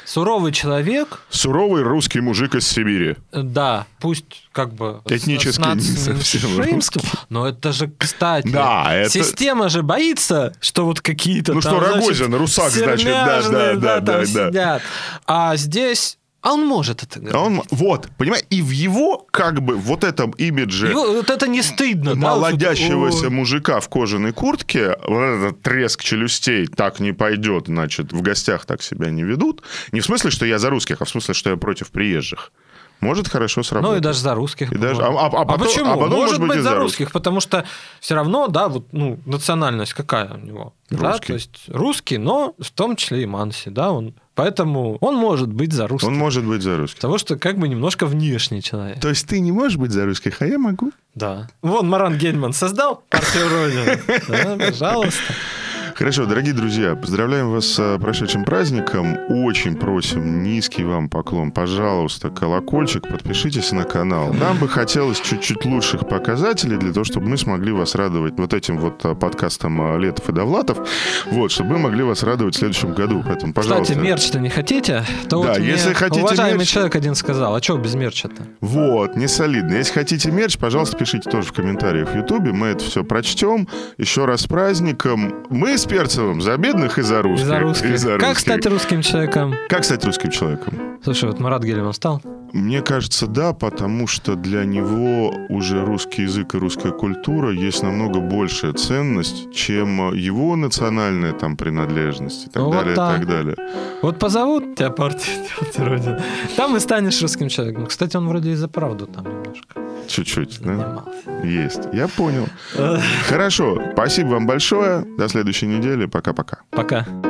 Speaker 3: суровый человек.
Speaker 2: Суровый русский мужик из Сибири.
Speaker 3: Да, пусть как бы...
Speaker 2: Этнически не совсем русский.
Speaker 3: Но это же, кстати,
Speaker 2: да, это...
Speaker 3: система же боится, что вот какие-то
Speaker 2: ну,
Speaker 3: там...
Speaker 2: Ну что, Рогозин,
Speaker 3: значит,
Speaker 2: русак, значит, да, да, да, да, да.
Speaker 3: Сидят. А здесь... А он может это говорить.
Speaker 2: А он, вот, понимаешь, и в его, как бы, вот этом имидже...
Speaker 3: Его, вот это не стыдно,
Speaker 2: молодящегося
Speaker 3: да?
Speaker 2: мужика в кожаной куртке, вот этот треск челюстей так не пойдет, значит, в гостях так себя не ведут. Не в смысле, что я за русских, а в смысле, что я против приезжих. Может хорошо сработать.
Speaker 3: Ну и даже за русских.
Speaker 2: И даже, а, а, а,
Speaker 3: а
Speaker 2: потом,
Speaker 3: почему?
Speaker 2: А потом,
Speaker 3: может,
Speaker 2: может быть,
Speaker 3: быть, за
Speaker 2: за
Speaker 3: русских,
Speaker 2: русских,
Speaker 3: потому что все равно, да, вот, ну, национальность какая у него? Да? То есть русский, но в том числе и Манси, да, он... Поэтому он может быть за русских.
Speaker 2: Он может быть за русских.
Speaker 3: Потому что как бы немножко внешний человек.
Speaker 2: То есть ты не можешь быть за русских, а я могу?
Speaker 3: Да. Вон Маран Гельман создал партию Родины. Да, пожалуйста.
Speaker 2: Хорошо, дорогие друзья, поздравляем вас с прошедшим праздником. Очень просим, низкий вам поклон. Пожалуйста, колокольчик, подпишитесь на канал. Нам бы хотелось чуть-чуть лучших показателей для того, чтобы мы смогли вас радовать вот этим вот подкастом Летов и Довлатов. Вот, чтобы мы могли вас радовать в следующем году. Поэтому, пожалуйста.
Speaker 3: Кстати, мерч-то не хотите? То
Speaker 2: да,
Speaker 3: вот
Speaker 2: если хотите
Speaker 3: уважаемый
Speaker 2: мерч...
Speaker 3: человек один сказал, а что без мерча-то?
Speaker 2: Вот, не солидно. Если хотите мерч, пожалуйста, пишите тоже в комментариях в Ютубе. Мы это все прочтем. Еще раз с праздником. Мы с Перцевым за бедных и за русских.
Speaker 3: И за русских.
Speaker 2: И за
Speaker 3: как
Speaker 2: русских.
Speaker 3: стать русским человеком?
Speaker 2: Как стать русским человеком?
Speaker 3: Слушай, вот Марат Гельман стал?
Speaker 2: Мне кажется, да, потому что для него уже русский язык и русская культура есть намного большая ценность, чем его национальная там принадлежность и так
Speaker 3: ну,
Speaker 2: далее,
Speaker 3: вот так.
Speaker 2: и так далее.
Speaker 3: Вот позовут тебя партию «Делайте Родину», там и станешь русским человеком. Кстати, он вроде и за правду там немножко.
Speaker 2: Чуть-чуть, да? Есть. Я понял. Хорошо. Спасибо вам большое. До следующей недели. Пока-пока.
Speaker 3: Пока.